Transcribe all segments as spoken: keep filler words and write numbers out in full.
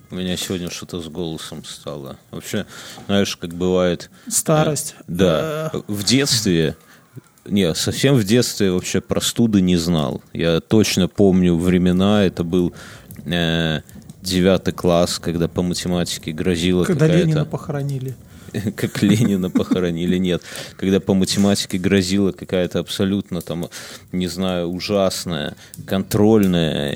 У меня сегодня что-то с голосом стало. Вообще, знаешь, как бывает... Старость. Э, да. В детстве... Не, совсем в детстве вообще простуды не знал. Я точно помню времена, это был э, девятый класс, когда по математике грозила когда какая-то... Ленина похоронили. Как Ленина похоронили, нет. Когда по математике грозила какая-то абсолютно там, не знаю, ужасная, контрольная,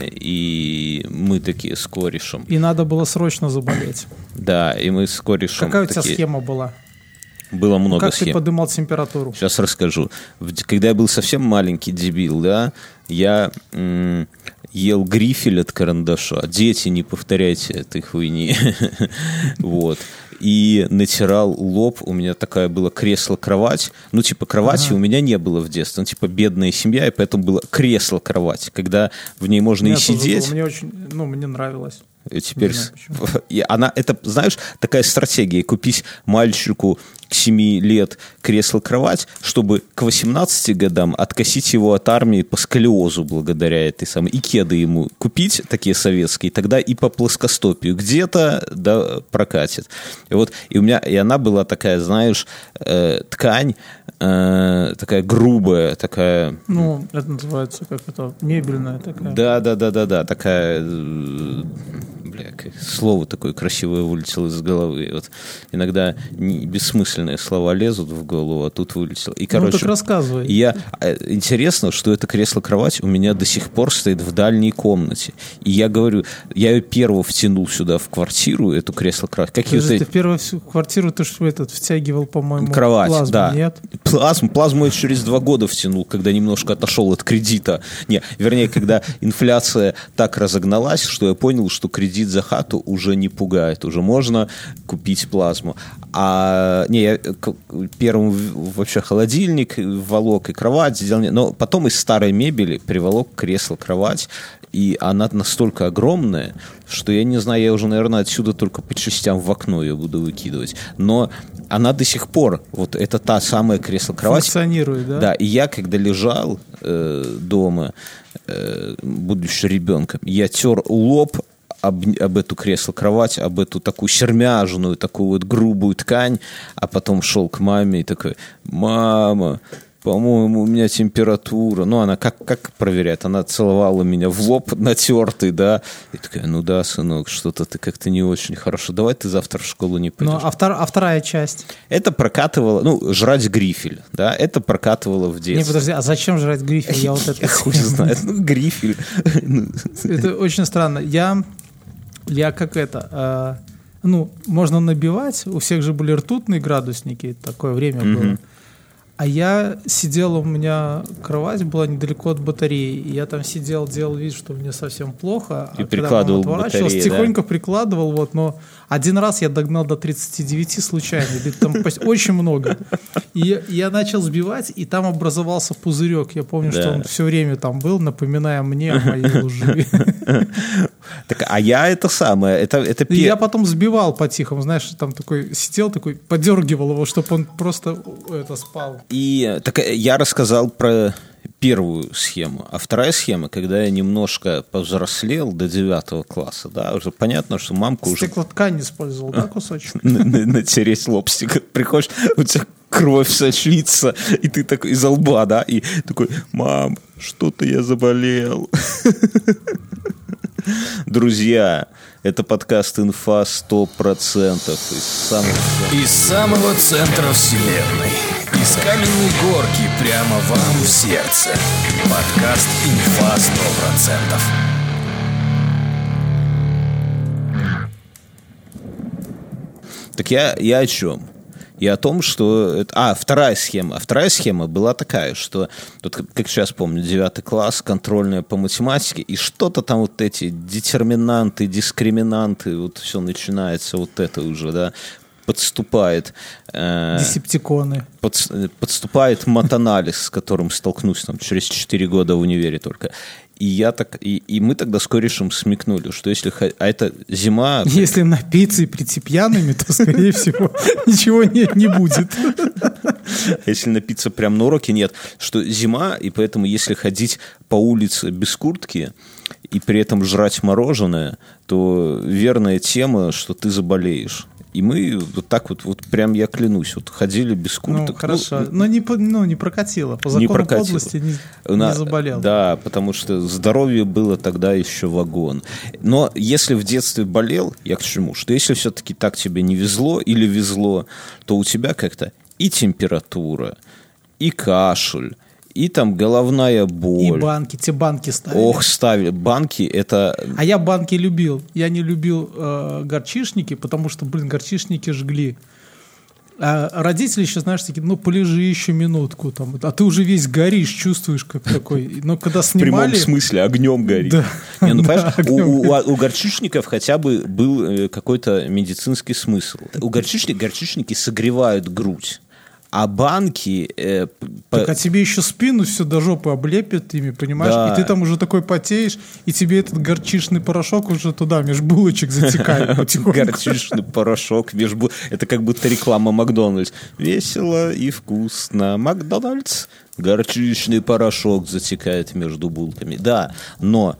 и мы такие с корешем. И надо было срочно заболеть. Да, и мы с корешем Какая у тебя такие... схема была? Было много как схем. Как ты поднимал температуру? Сейчас расскажу. Когда я был совсем маленький дебил, да, я м- ел грифель от карандаша. Дети, не повторяйте этой хуйни. Вот. И натирал лоб. У меня такая была кресло-кровать. Ну, типа, кровати ага. у меня не было в детстве. Ну, типа, бедная семья, и поэтому было кресло-кровать, когда в ней можно и сидеть. Мне очень, ну, мне нравилось. И теперь и она, это, знаешь, такая стратегия: купить мальчику к семи лет кресло-кровать, чтобы к восемнадцати годам откосить его от армии по сколиозу благодаря этой самой, и кеды ему купить, такие советские, тогда и по плоскостопию где-то да, прокатит. И вот, и у меня, и она была такая, знаешь, э, ткань, э, такая грубая, такая... Ну, это называется, как это, мебельная такая. Да-да-да-да-да, такая... Э, бля, слово такое красивое вылетело из головы. Вот иногда не, бессмысленные слова лезут в голову, а тут вылетело. И, короче, ну, так рассказывай. Я, интересно, что это кресло-кровать у меня до сих пор стоит в дальней комнате. И я говорю, я ее первого втянул сюда в квартиру, эту кресло-кровать. Какие Подожди, ты в первую квартиру ты что этот втягивал, по-моему, кровать, плазму, да. Нет? Плазму, плазму я через два года втянул, когда немножко отошел от кредита. Не, вернее, когда инфляция так разогналась, что я понял, что кредит за хату уже не пугает, уже можно купить плазму. А не, я первым вообще холодильник волок и кровать сделал, но потом из старой мебели приволок кресло-кровать, и она настолько огромная, что я не знаю, я уже, наверное, отсюда только по частям в окно ее буду выкидывать. Но она до сих пор, вот это та самая кресло-кровать. Функционирует, да? Да, и я, когда лежал э, дома, э, будучи ребенком, я тер лоб об, об эту кресло-кровать, об эту такую сермяжную, такую вот грубую ткань, а потом шел к маме и такой: «Мама, по-моему, у меня температура». Ну, она как, как проверяет? Она целовала меня в лоб натертый, да. И такая: «Ну да, сынок, что-то ты как-то не очень хорошо. Давай ты завтра в школу не пойдешь». Ну, а, втор, а вторая часть? Это прокатывало, ну, жрать грифель, да, это прокатывало в детстве. Не, подожди, а зачем жрать грифель? Я вот это... хуй знает, ну, грифель. Это очень странно. Я... Я как это, э, ну, можно набивать, у всех же были ртутные градусники, такое время mm-hmm. было. А я сидел, у меня кровать была недалеко от батареи, и я там сидел, делал вид, что мне совсем плохо. И а прикладывал к батарее, тихонько да? прикладывал, вот, но один раз я догнал до тридцати девяти случайно, там очень много. И я начал сбивать, и там образовался пузырек. Я помню, да. что он все время там был, напоминая мне о моей лжи. Так, а я это самое, это, это и я потом сбивал по-тихому, знаешь, там такой сидел, такой подергивал его, чтобы он просто это спал. И так, я рассказал про первую схему, а вторая схема, когда я немножко повзрослел до девятого класса, да, уже понятно, что мамка уже... Стеклоткань использовал, да, кусочек? Натереть лобстик, приходишь, у тебя кровь сочится, и ты такой из лба, да, и такой: «Мам, что-то я заболел». Друзья, это подкаст «Инфа сто процентов» из самого... из самого центра вселенной, из каменной горки прямо вам в сердце. Подкаст «Инфа сто процентов». Так я, я о чем? И о том, что... А, вторая схема. Вторая схема была такая, что, вот, как сейчас помню, девятый класс, контрольная по математике, и что-то там вот эти детерминанты, дискриминанты, вот все начинается, вот это уже, да, подступает... Э, Десептиконы. Под, подступает матанализ, с которым столкнусь там через четыре года в универе только. И я так, и, и мы тогда с корешем смекнули, что если... А это зима... Если напиться и прийти пьяными, то, скорее всего, ничего не, не будет. Если напиться прямо на уроке, нет. Что зима, и поэтому если ходить по улице без куртки, и при этом жрать мороженое, то верная тема, что ты заболеешь. И мы вот так вот, вот прям я клянусь, вот ходили без курток. Ну, хорошо. Ну, но не, ну, не прокатило. По закону не прокатило. Подлости не, На, не заболел. Да, потому что здоровье было тогда еще вагон. Но если в детстве болел, я к чему? Что если все-таки так тебе не везло или везло, то у тебя как-то и температура, и кашель, и там головная боль. И банки, те банки ставили. Ох, ставили. Банки это... А я банки любил. Я не любил э, горчишники, потому что, блин, горчишники жгли. А родители еще, знаешь, такие, ну, полежи еще минутку. Там, а ты уже весь горишь, чувствуешь, как такой. Но когда снимали... В прямом смысле огнем горит. Да. Не, ну, да, понимаешь, у, у, у горчишников хотя бы был какой-то медицинский смысл. У горчишников горчишники согревают грудь. А банки... Э, так, по... а тебе еще спину все до жопы облепят ими, понимаешь? Да. И ты там уже такой потеешь, и тебе этот горчичный порошок уже туда, меж булочек затекает потихоньку. Горчичный порошок меж булочек. Это как будто реклама Макдональдс. Весело и вкусно. Макдональдс. Горчичный порошок затекает между булками. Да, но...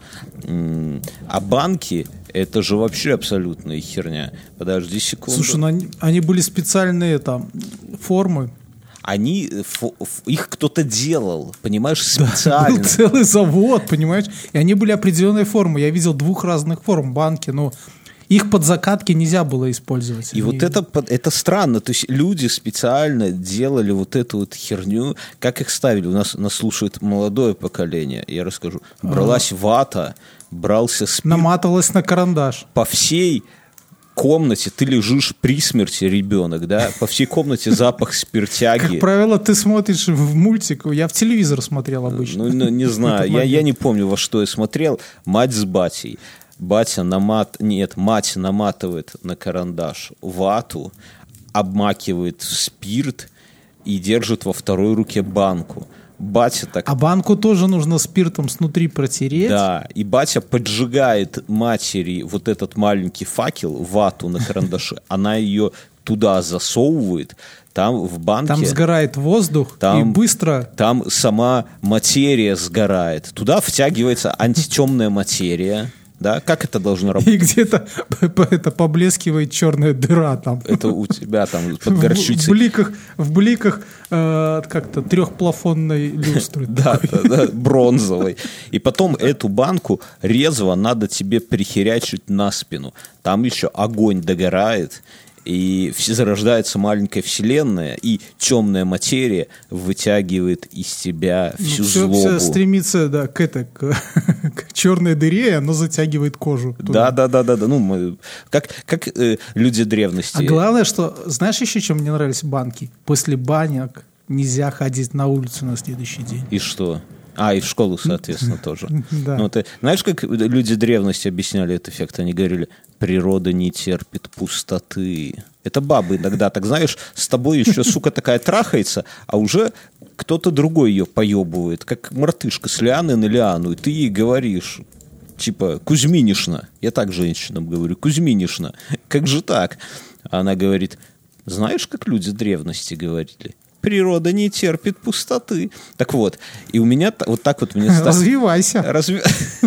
М- а банки... Это же вообще абсолютная херня. Подожди секунду. Слушай, ну они, они были специальные там формы. Они, фо, их кто-то делал, понимаешь, специально. Да, был целый завод, понимаешь? И они были определенной формы. Я видел двух разных форм банки, но их под закатки нельзя было использовать. И они... вот это, это странно. То есть люди специально делали вот эту вот херню. Как их ставили? У нас, нас слушает молодое поколение. Я расскажу. Бралась а. вата, брался спирт. Наматывалась на карандаш. По всей комнате ты лежишь при смерти, ребенок, да? По всей комнате запах спиртяги. Как правило, ты смотришь в мультик. Я в телевизор смотрел обычно. Ну, не знаю. Я, я не помню, во что я смотрел. Мать с батей. Батя намат... Нет, мать наматывает на карандаш вату, обмакивает в спирт и держит во второй руке банку. Батя так... А банку тоже нужно спиртом снутри протереть. Да, и батя поджигает матери вот этот маленький факел, вату на карандаше, она ее туда засовывает, там в банке... Там сгорает воздух, там, и быстро... Там сама материя сгорает. Туда втягивается антитемная материя. Да? Как это должно работать? И где-то это поблескивает черная дыра там. Это у тебя там под горчицей. В бликах, в бликах э, как-то трехплафонной люстры. Да, да, бронзовой. И потом эту банку резво надо тебе прихерячить на спину. Там еще огонь догорает. И зарождается маленькая вселенная, и темная материя вытягивает из тебя всю ну, все, злобу. Все стремится, да, к, это, к, к черной дыре, и оно затягивает кожу. Да, да, да, да, да. Ну, мы, как, как э, люди древности. А главное, что, знаешь еще, чем мне нравились банки? После банек нельзя ходить на улицу на следующий день. И что? А, и в школу, соответственно, тоже. Да. Ну, ты, знаешь, как люди древности объясняли этот эффект? Они говорили, природа не терпит пустоты. Это бабы иногда, так знаешь, с тобой еще, сука, такая трахается, а уже кто-то другой ее поебывает, как мартышка с лианы на лиану, и ты ей говоришь, типа, Кузьминишна, я так женщинам говорю, Кузьминишна, как же так? А она говорит, знаешь, как люди древности говорили? Природа не терпит пустоты. Так вот, и у меня вот так вот мне стало... Развивайся. Разви...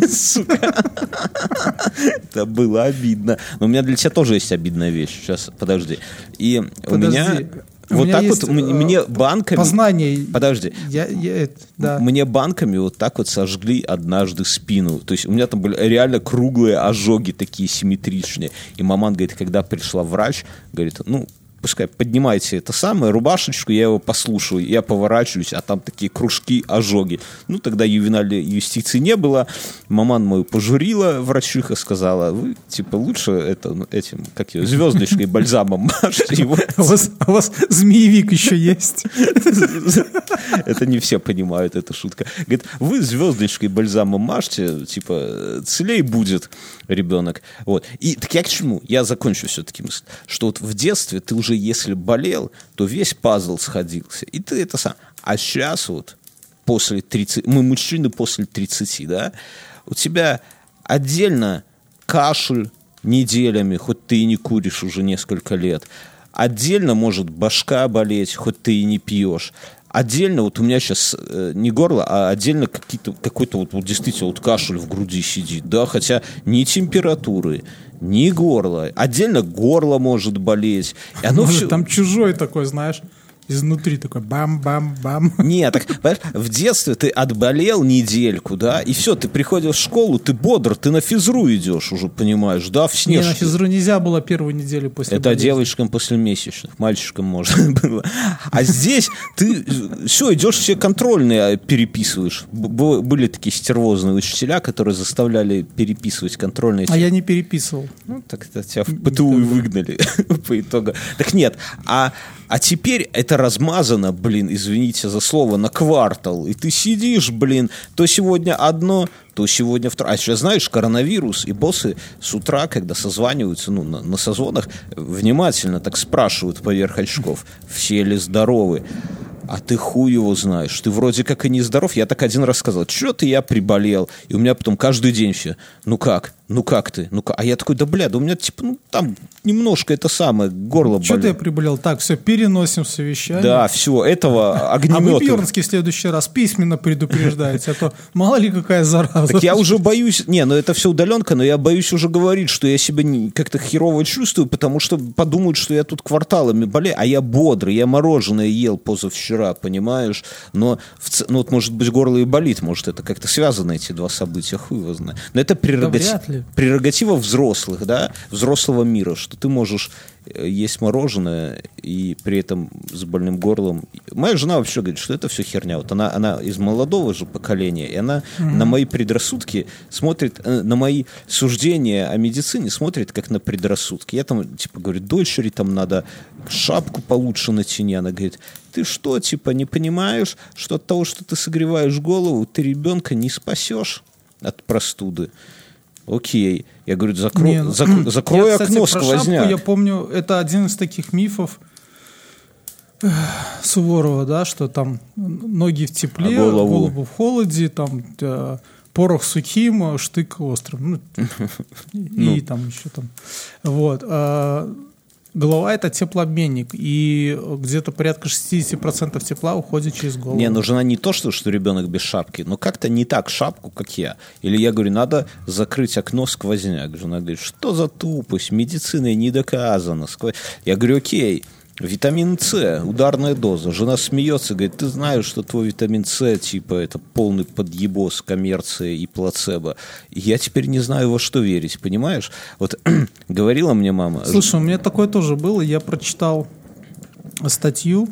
Сука. Это было обидно. Но у меня для тебя тоже есть обидная вещь. Сейчас, подожди. И у меня... У вот меня так есть, вот мне банками... Познание. Подожди. Я, я, да. Мне банками вот так вот сожгли однажды спину. То есть у меня там были реально круглые ожоги такие симметричные. И маман говорит, когда пришла врач, говорит, ну, пускай поднимайте это самое, рубашечку, я его послушаю, я поворачиваюсь, а там такие кружки, ожоги. Ну, тогда ювенальной юстиции не было. Маман мою пожурила, врачиха сказала, вы, типа, лучше это, ну, этим, как ее, звездочкой, бальзамом мажьте его. У вас, у вас змеевик еще есть. Это не все понимают, эта шутка. Говорит, вы звездочкой, бальзамом мажьте, типа, целей будет ребенок. Вот. И так я к чему? Я закончу все-таки мысль, что вот в детстве ты уже если болел, то весь пазл сходился. И ты это сам. А сейчас вот после тридцати, мы мужчины после тридцати, да, у тебя отдельно кашель неделями, хоть ты и не куришь уже несколько лет, Отдельно может башка болеть, хоть ты и не пьешь. Отдельно, вот у меня сейчас э, не горло, а отдельно какие-то, какой-то вот, вот действительно вот кашель в груди сидит, да, хотя ни температуры, ни горла. Отдельно горло может болеть. И оно Может, все... там чужой такой, знаешь, изнутри такой бам-бам-бам. Нет, так, понимаешь, в детстве ты отболел недельку, да, и все, ты приходишь в школу, ты бодр, ты на физру идешь уже, понимаешь, да, в Не, снежке. на физру нельзя было первую неделю после Это болезни. девочкам после месячных, мальчикам можно было. А здесь ты все, идешь, все контрольные переписываешь. Б- были такие стервозные учителя, которые заставляли переписывать контрольные. А я не переписывал. Ну, так это тебя в ПТУ и выгнали по итогу. Так нет, а, а теперь это размазано, блин, извините за слово, на квартал. И ты сидишь, блин, то сегодня одно, то сегодня второе. А сейчас, знаешь, коронавирус, и боссы с утра, когда созваниваются, ну, на, на созвонах, внимательно так спрашивают поверх очков, все ли здоровы. А ты хуй его знаешь. Ты вроде как и не здоров. Я так один раз сказал, что-то я приболел. И у меня потом каждый день все, ну как? Ну как ты? Ну как? А я такой, да бля, да у меня типа, ну там немножко это самое, горло болит. Что-то я приболел. Так, все, переносим совещание. Да, все, этого огнемета. А вы, Бьернский, в следующий раз письменно предупреждаете, а то мало ли какая зараза. Так я уже боюсь, не, ну это все удаленка, но я боюсь уже говорить, что я себя не, как-то херово чувствую, потому что подумают, что я тут кварталами болею, а я бодрый, я мороженое ел позавчера, понимаешь? Но, в, ну вот, может быть, горло и болит, может, это как-то связано, эти два события, хуй его знает. Но это прерогатива, да прерогатива взрослых, да, взрослого мира, что ты можешь есть мороженое и при этом с больным горлом. Моя жена вообще говорит, что это все херня. Вот она, она из молодого же поколения, и она mm-hmm. на мои предрассудки смотрит, на мои суждения о медицине смотрит как на предрассудки. Я там, типа, говорю, дочери там надо шапку получше натяни. Она говорит, ты что, типа, не понимаешь, что от того, что ты согреваешь голову, ты ребенка не спасешь от простуды? Окей. Я говорю, закро... Не, ну, зак... закрой я, окно, кстати, сквозняк. Шапку, я помню, это один из таких мифов э, Суворова, да, что там ноги в тепле, а голову? голову в холоде, там э, порох сухим, штык острым. Ну, и ну. там еще там. Вот. Э, голова — это теплообменник, и где-то порядка шестьдесят процентов тепла уходит через голову. Не, нужна не то, что, что ребенок без шапки, но как-то не так шапку, как я. Или я говорю, надо закрыть окно, сквозняк. Жена говорит, что за тупость, медициной не доказано. Сквоз... Я говорю, окей, витамин С, ударная доза. Жена смеется, говорит, ты знаешь, что твой витамин С, типа, это полный подъебос, коммерция и плацебо. И я теперь не знаю, во что верить, понимаешь? Вот говорила мне мама... Слушай, у меня такое тоже было. Я прочитал статью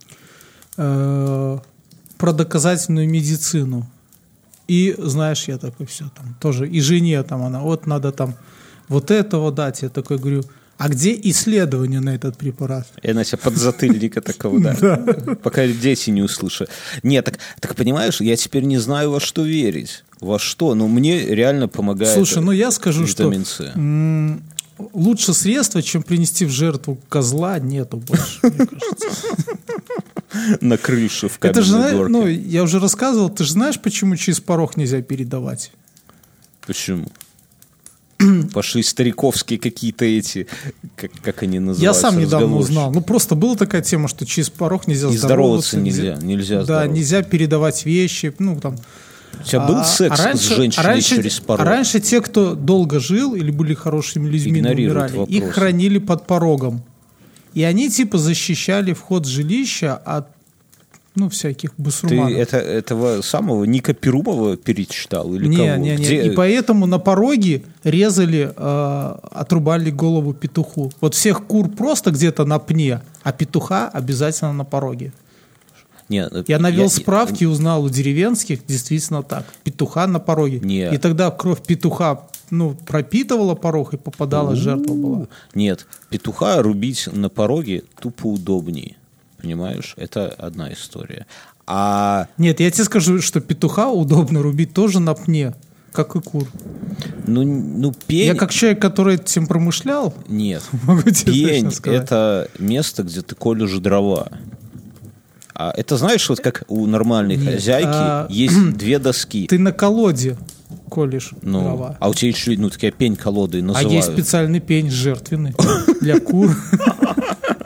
э, про доказательную медицину. И, знаешь, я такой, все, там, тоже, и жене там она, вот надо там вот этого дать. Я такой говорю, а где исследования на этот препарат? Я на себя подзатыльника такого, да. Пока дети не услышат. Нет, так, так понимаешь, я теперь не знаю, во что верить. Во что? Но мне реально помогает. Слушай, ну я скажу, что витамин С. м- лучше средства, чем принести в жертву козла, нету больше, мне кажется. На крыше в Это же, каменной горке. ну, я уже рассказывал, ты же знаешь, почему через порог нельзя передавать? Почему? Пошли стариковские какие-то эти, как, как они называются? Я сам недавно разговорчики. узнал. Ну, просто была такая тема, что через порог нельзя И здороваться. здороваться нельзя, нельзя Да, здороваться. нельзя передавать вещи, ну, там. У тебя был А- секс а раньше, с женщиной а раньше, через порог? а раньше те, кто долго жил или были хорошими людьми, но Игнорируют умирали, их вопросы. хранили под порогом. И они типа защищали вход в жилище от, ну, всяких Ты басурманов. это, этого самого Ника Перумова перечитал? Или Не, кого? не, не. Где? И поэтому на пороге резали, э, отрубали голову петуху. Вот всех кур просто где-то на пне, а петуха обязательно на пороге. Не, Я навел я- справки и узнал у деревенских, действительно так. Петуха на пороге. Нет. И тогда кровь петуха, ну, пропитывала порог и попадала, жертва была. Нет, петуха рубить на пороге тупо удобнее. Понимаешь? Это одна история. А Нет, я тебе скажу, что петуха удобно рубить тоже на пне, как и кур. ну, ну пень... Я как человек, который этим промышлял, Нет. могу тебе Пень точно — сказать. это место, где ты колешь дрова. А это знаешь, вот как у нормальной Нет, хозяйки а- есть две доски. Ты на колоде колешь Ну, дрова. а у тебя еще, ну, такая пень колоды А называют. есть специальный пень жертвенный для кур.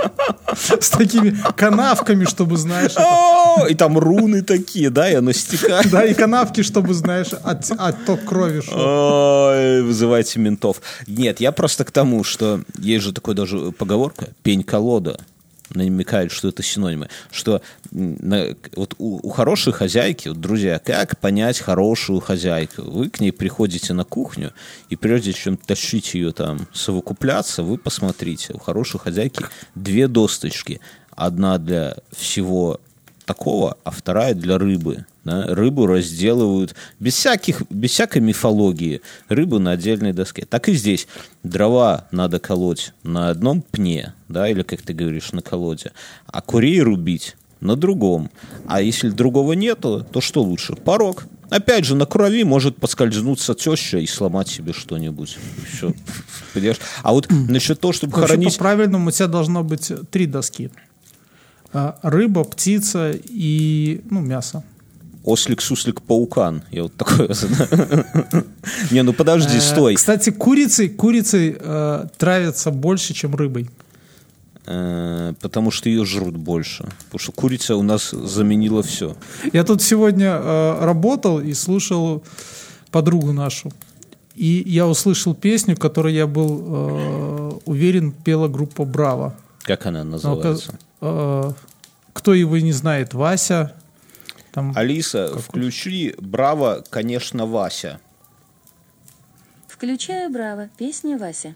С такими канавками, чтобы, знаешь... И там руны такие, да, и оно стекает. Да, и канавки, чтобы, знаешь, отток крови шел. Ой, вызывайте ментов. Нет, я просто к тому, что есть же такая даже поговорка «пень-колода». Намекает, что это синонимы. Что на, вот у, у хорошей хозяйки, вот, друзья, как понять хорошую хозяйку? Вы к ней приходите на кухню, и прежде чем тащить ее там совокупляться, вы посмотрите, у хорошей хозяйки две досточки. Одна для всего такого, а вторая для рыбы. Да? Рыбу разделывают без, всяких, без всякой мифологии. Рыбу на отдельной доске. Так и здесь. Дрова надо колоть на одном пне, да, или, как ты говоришь, на колоде, а курей рубить на другом. А если другого нету, то что лучше? Порог. Опять же, на крови может поскользнуться теща и сломать себе что-нибудь. Все. Понимаешь? А вот насчет того, чтобы Вообще, хоронить... по-правильному у тебя должно быть три доски. Рыба, птица и, ну, мясо. Ослик, суслик, паукан. Я вот такой... Не, ну подожди, стой. Кстати, курицей, курицей э, травятся больше, чем рыбой. Э, потому что ее жрут больше. Потому что курица у нас заменила все. Я тут сегодня э, работал и слушал подругу нашу. И я услышал песню, которую я был э, уверен, пела группа «Браво». Как она называется? Э, кто его не знает, Вася... Там Алиса, какой? включи «Браво», конечно, Вася. Включаю «Браво», песня Вася.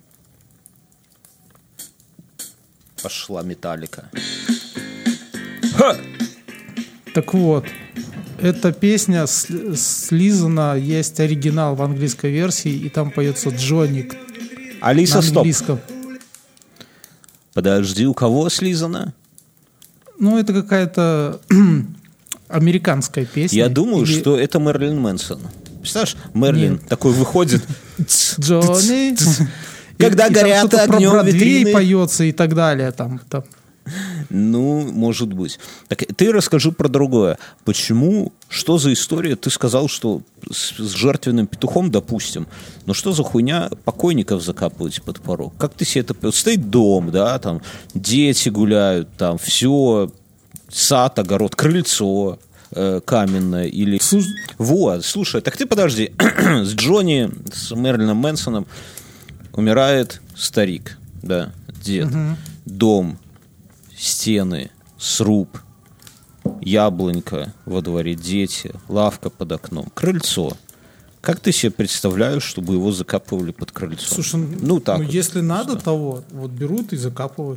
Пошла Металлика. Ха! Так вот, эта песня слизана, есть оригинал в английской версии, и там поется Джонни. Алиса, на стоп. английском. Подожди, у кого слизана? Ну, это какая-то американская песня. Я думаю, Или... что это Мэрилин Мэнсон. Представляешь, Мэрилин Нет. такой выходит. Джонни. Когда и, и горят там огнем про Бродвей витрины. поется и так далее. Там, там. Ну, может быть. Так ты расскажи про другое. Почему, что за история? Ты сказал, что с, с жертвенным петухом, допустим, но что за хуйня покойников закапывать под порог? Как ты себе это... Стоит дом, да, там дети гуляют, там все, сад, огород, крыльцо э, каменное или... Слуш... Вот, слушай, так ты подожди. С Джонни, с Мэрилином Мэнсоном умирает старик, да, дед, угу. Дом, стены, сруб, яблонька во дворе, дети, лавка под окном, крыльцо. Как ты себе представляешь, чтобы его закапывали под крыльцом? Слушай, ну, так ну вот, если надо что? того, вот берут и закапывают.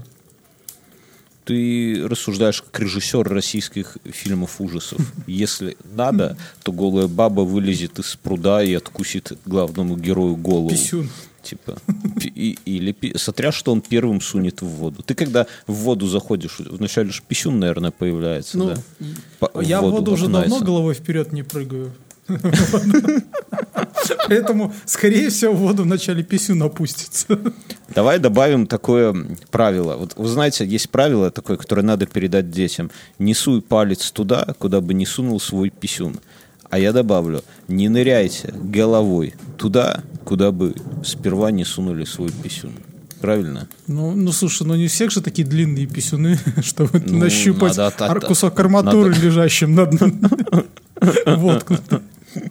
Ты рассуждаешь как режиссер российских фильмов ужасов. Если надо, то голая баба вылезет из пруда и откусит главному герою голову. Писюн. Типа, и, или смотря, что он первым сунет в воду. Ты когда в воду заходишь, вначале же писюн, наверное, появляется. Ну, да? По, я в воду, воду уже окунается. давно головой вперед не прыгаю. Поэтому, скорее всего, в воду вначале писюн опустится. Давай добавим такое правило. Вот вы знаете, есть правило такое, которое надо передать детям. Не суй палец туда, куда бы не сунул свой писюн. А я добавлю, не ныряйте головой туда, куда бы сперва не сунули свой писюн. Правильно? Ну, ну слушай, ну не у всех же такие длинные писюны, чтобы ну, нащупать надо, ар- кусок арматуры, надо... лежащим над воткнутым.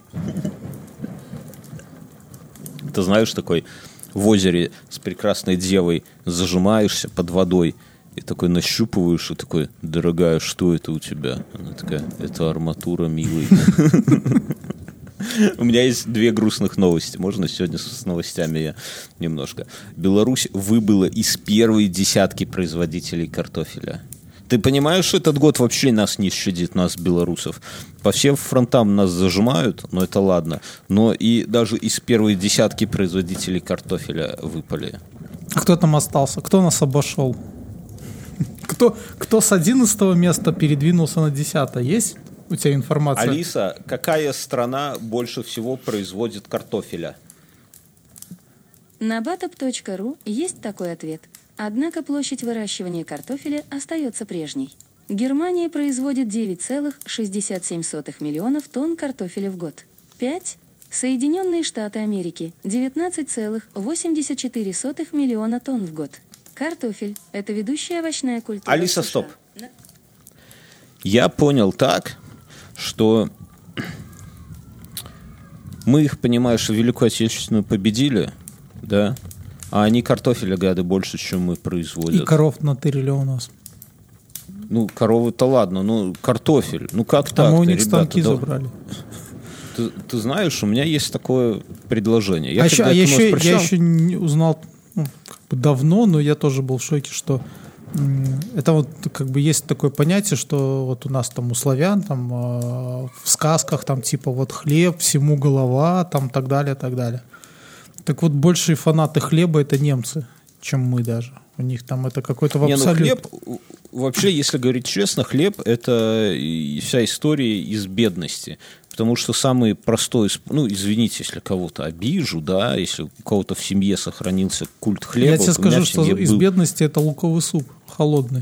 Ты знаешь, такой в озере с прекрасной девой зажимаешься под водой и такой нащупываешь, и такой: дорогая, что это у тебя? Она такая: это арматура, милый. У меня есть две грустных новости. Можно сегодня с новостями я немножко. Беларусь выбыла из первой десятки производителей картофеля. Ты понимаешь, что этот год вообще нас не щадит, нас, белорусов? По всем фронтам нас зажимают, но это ладно. Но и даже из первой десятки производителей картофеля выпали. А кто там остался? Кто нас обошел? Кто, кто с одиннадцатого места передвинулся на десятое? Есть у тебя информация? Алиса, какая страна больше всего производит картофеля? На батоп точка ру есть такой ответ. Однако площадь выращивания картофеля остается прежней. Германия производит девять целых шестьдесят семь сотых миллионов тонн картофеля в год. пять. Соединенные Штаты Америки – девятнадцать целых восемьдесят четыре сотых миллиона тонн в год. Картофель – это ведущая овощная культура. Алиса, в США. стоп. Я понял так, что мы их, понимаешь, Великую Отечественную победили, да, а они картофеля, гады, больше, чем мы производят. И коров натырили у нас. Ну, коровы-то ладно, ну, картофель, ну как А так? мы у них ребята, станки да- забрали. Ты, ты знаешь, у меня есть такое предложение. Я а еще, когда а к я этому еще, я прочитал- еще не узнал ну, как бы давно, но я тоже был в шоке, что м, это вот как бы есть такое понятие, что вот у нас там у славян там э, в сказках там типа вот хлеб, всему голова, там так далее, так далее. Так вот большие фанаты хлеба это немцы, чем мы даже. У них там это какой-то Не, ну абсолют. хлеб, вообще, если говорить честно, хлеб — это и вся история из бедности. Потому что самый простой, сп- ну, извините, если кого-то обижу, да, если у кого-то в семье сохранился культ хлеба. Я тебе вот у меня скажу, в что семье из был- бедности это луковый суп холодный.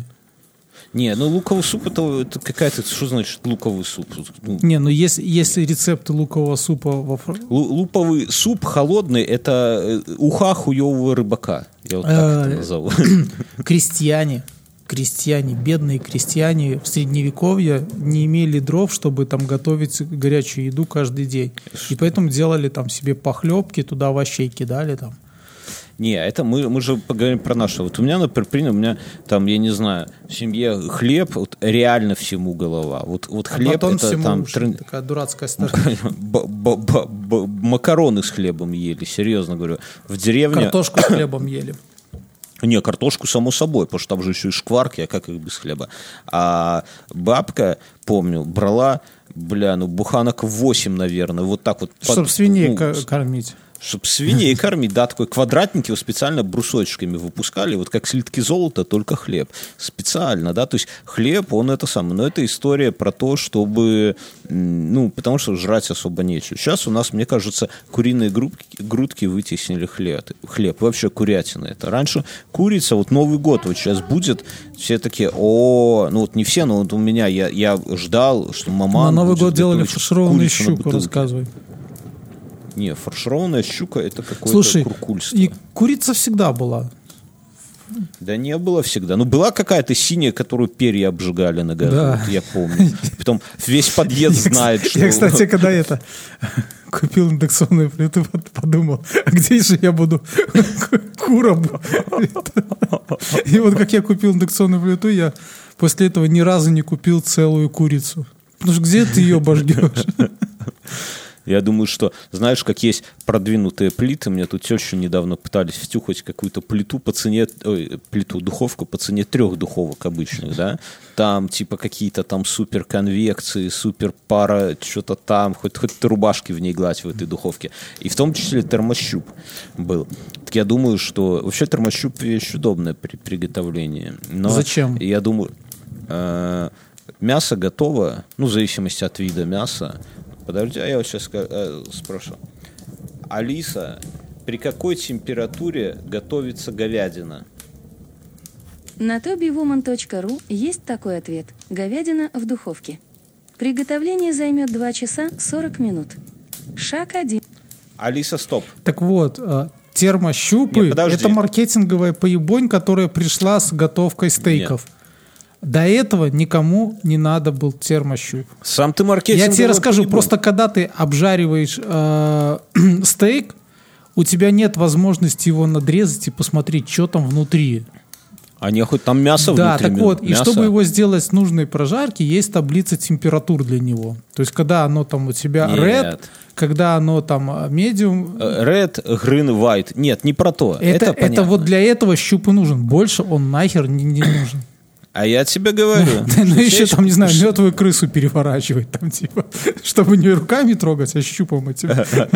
Не, ну луковый суп это, это какая-то, что значит луковый суп? Ну, Не, ну есть, есть рецепты лукового супа во Фр- лу- луповый суп холодный — это э, уха хуевого рыбака. Я вот так это Э, назову. крестьяне, крестьяне, бедные крестьяне в средневековье не имели дров, чтобы там готовить горячую еду каждый день. И поэтому делали там себе похлебки, туда овощей кидали там. Не, это мы, мы же поговорим про наше. Вот у меня, например, принято, у меня там, я не знаю, в семье хлеб, вот реально всему голова. Вот, вот А хлеб потом это всему там... уши. трен- Такая дурацкая старая. Б- б- б- б- макароны с хлебом ели, серьезно говорю. В деревне... Картошку с хлебом ели. Не, картошку, само собой, потому что там же еще и шкварки, а как их без хлеба. А бабка, помню, брала, бля, ну, буханок восемь, наверное, вот так вот. Чтобы под- свиней ну, ко- кормить. Чтобы свиней кормить, да, такой квадратненький, его специально брусочками выпускали, вот как слитки золота, только хлеб. Специально, да, то есть хлеб, он это самое, но это история про то, чтобы, м, ну, потому что жрать особо нечего. Сейчас у нас, мне кажется, куриные грудки, грудки вытеснили хлеб, хлеб, вообще курятина это. Раньше курица, вот Новый год вот сейчас будет, все такие, о, ну вот не все, но вот у меня, я, я ждал, что мама... На Новый год делали фаршированную курицу на щуку, бутылке. рассказывай. Не, фаршированная щука — это какое-то Слушай, куркульство. и курица всегда была. Да не было всегда. Ну, была какая-то синяя, которую перья обжигали на газу, Да. вот я помню. Потом весь подъезд знает, что... Я, кстати, когда это купил индукционную плиту, под- подумал, а где же я буду куром? И вот как я купил индукционную плиту, я после этого ни разу не купил целую курицу. Потому что где ты ее обожгешь? Я думаю, что, знаешь, как есть продвинутые плиты, мне тут тещу недавно пытались втюхать какую-то плиту по цене, ой, плиту, духовку по цене трех духовок обычных, да, там типа какие-то там супер конвекции, супер пара, что-то там, хоть, хоть ты рубашки в ней гладь в этой духовке, и в том числе термощуп был. Так я думаю, что вообще термощуп вещь удобная при приготовлении. Но Зачем? Я думаю, э, мясо готово, ну, в зависимости от вида мяса. Подожди, а я вот сейчас э, спрошу. Алиса, при какой температуре готовится говядина? На tobywoman точка ру есть такой ответ. Говядина в духовке. Приготовление займет два часа сорок минут. Шаг один. Алиса, стоп. Так вот, э, термощупы Не, подожди. это маркетинговая поебонь, которая пришла с готовкой стейков. До этого никому не надо был термощуп. Сам ты маркетинг. Я тебе расскажу, просто когда ты обжариваешь э, стейк, у тебя нет возможности его надрезать и посмотреть, что там внутри. А не хоть там мясо Да, внутри. так вот, и мясо. чтобы его сделать с нужной прожарки, есть таблица температур для него. То есть, когда оно там у тебя Нет. red, когда оно там medium, Э, Red, green, white. Нет, не про то. это, Это, это, понятно. вот для этого щуп и нужен. Больше он нахер не, не нужен. А я тебе говорю. Ну что еще есть- там, не знаю, мертвую крысу переворачивать, там типа, чтобы не руками трогать, а щупом этим.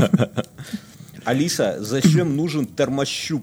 Алиса, зачем нужен термощуп?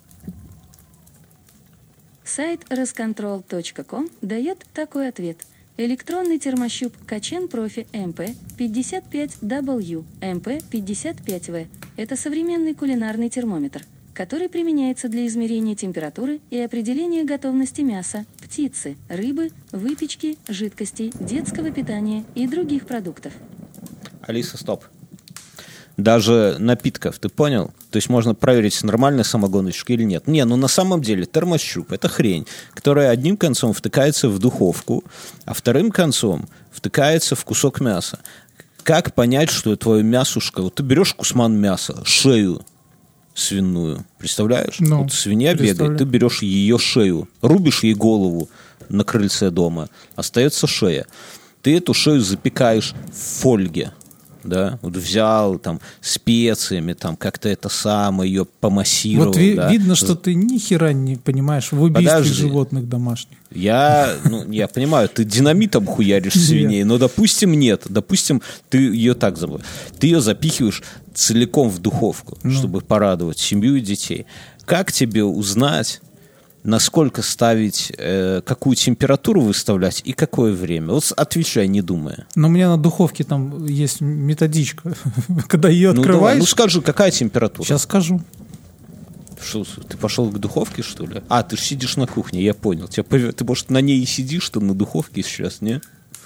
Сайт расcontrol точка ком дает такой ответ. Электронный термощуп Качен Профи эм пэ пятьдесят пять дабл ю эм пэ пятьдесят пять вэ – это современный кулинарный термометр, который применяется для измерения температуры и определения готовности мяса, птицы, рыбы, выпечки, жидкостей, детского питания и других продуктов. Алиса, стоп. даже напитков, ты понял? То есть можно проверить, нормальная самогоночка или нет. Не, ну на самом деле термощуп – это хрень, которая одним концом втыкается в духовку, а вторым концом втыкается в кусок мяса. Как понять, что твое мясушка... Вот ты берешь кусман мяса, шею свиную, представляешь? Ну, вот свинья бегает, ты берешь ее шею, рубишь ей голову на крыльце дома, остается шея. Ты эту шею запекаешь в фольге. Да, вот взял там специями, там как-то это самое, ее помассировал. Вот ви- да. видно, что ты ни хера не понимаешь в убийстве Подожди. животных домашних. Я, ну, я понимаю, ты динамитом хуяришь свиней, но, допустим, нет. Допустим, ты ее так забыл. Ты ее запихиваешь целиком в духовку, ну. чтобы порадовать семью и детей. Как тебе узнать, насколько ставить, э, какую температуру выставлять и какое время? Вот отвечай, не думая. Но у меня на духовке там есть методичка. Когда ее ну, открываешь... Давай, ну скажи, какая температура? Сейчас скажу. Что, ты пошел к духовке, что ли? А, ты же сидишь на кухне, я понял. Тебя, ты, может, на ней и сидишь, что на духовке сейчас, не?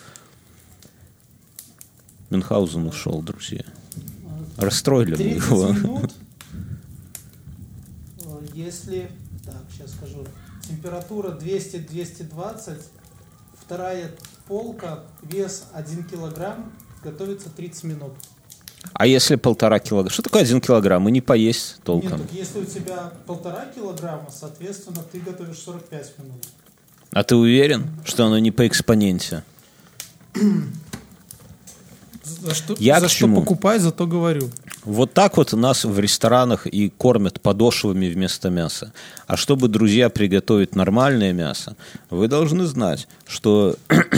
Мюнхгаузен ушел, друзья. Расстроили мы его. Минут, если... Так, сейчас скажу. Температура двести - двести двадцать. Вторая полка, вес один килограмм, готовится тридцать минут. А если полтора килограмма? Что такое один килограмм? И не поесть толком. Нет, так если у тебя полтора килограмма, соответственно, ты готовишь сорок пять минут. А ты уверен, что оно не по экспоненте? За что, Я за к что чему? покупай, зато говорю. Вот так вот нас в ресторанах и кормят подошвами вместо мяса. А чтобы, друзья, приготовить нормальное мясо, вы должны знать, что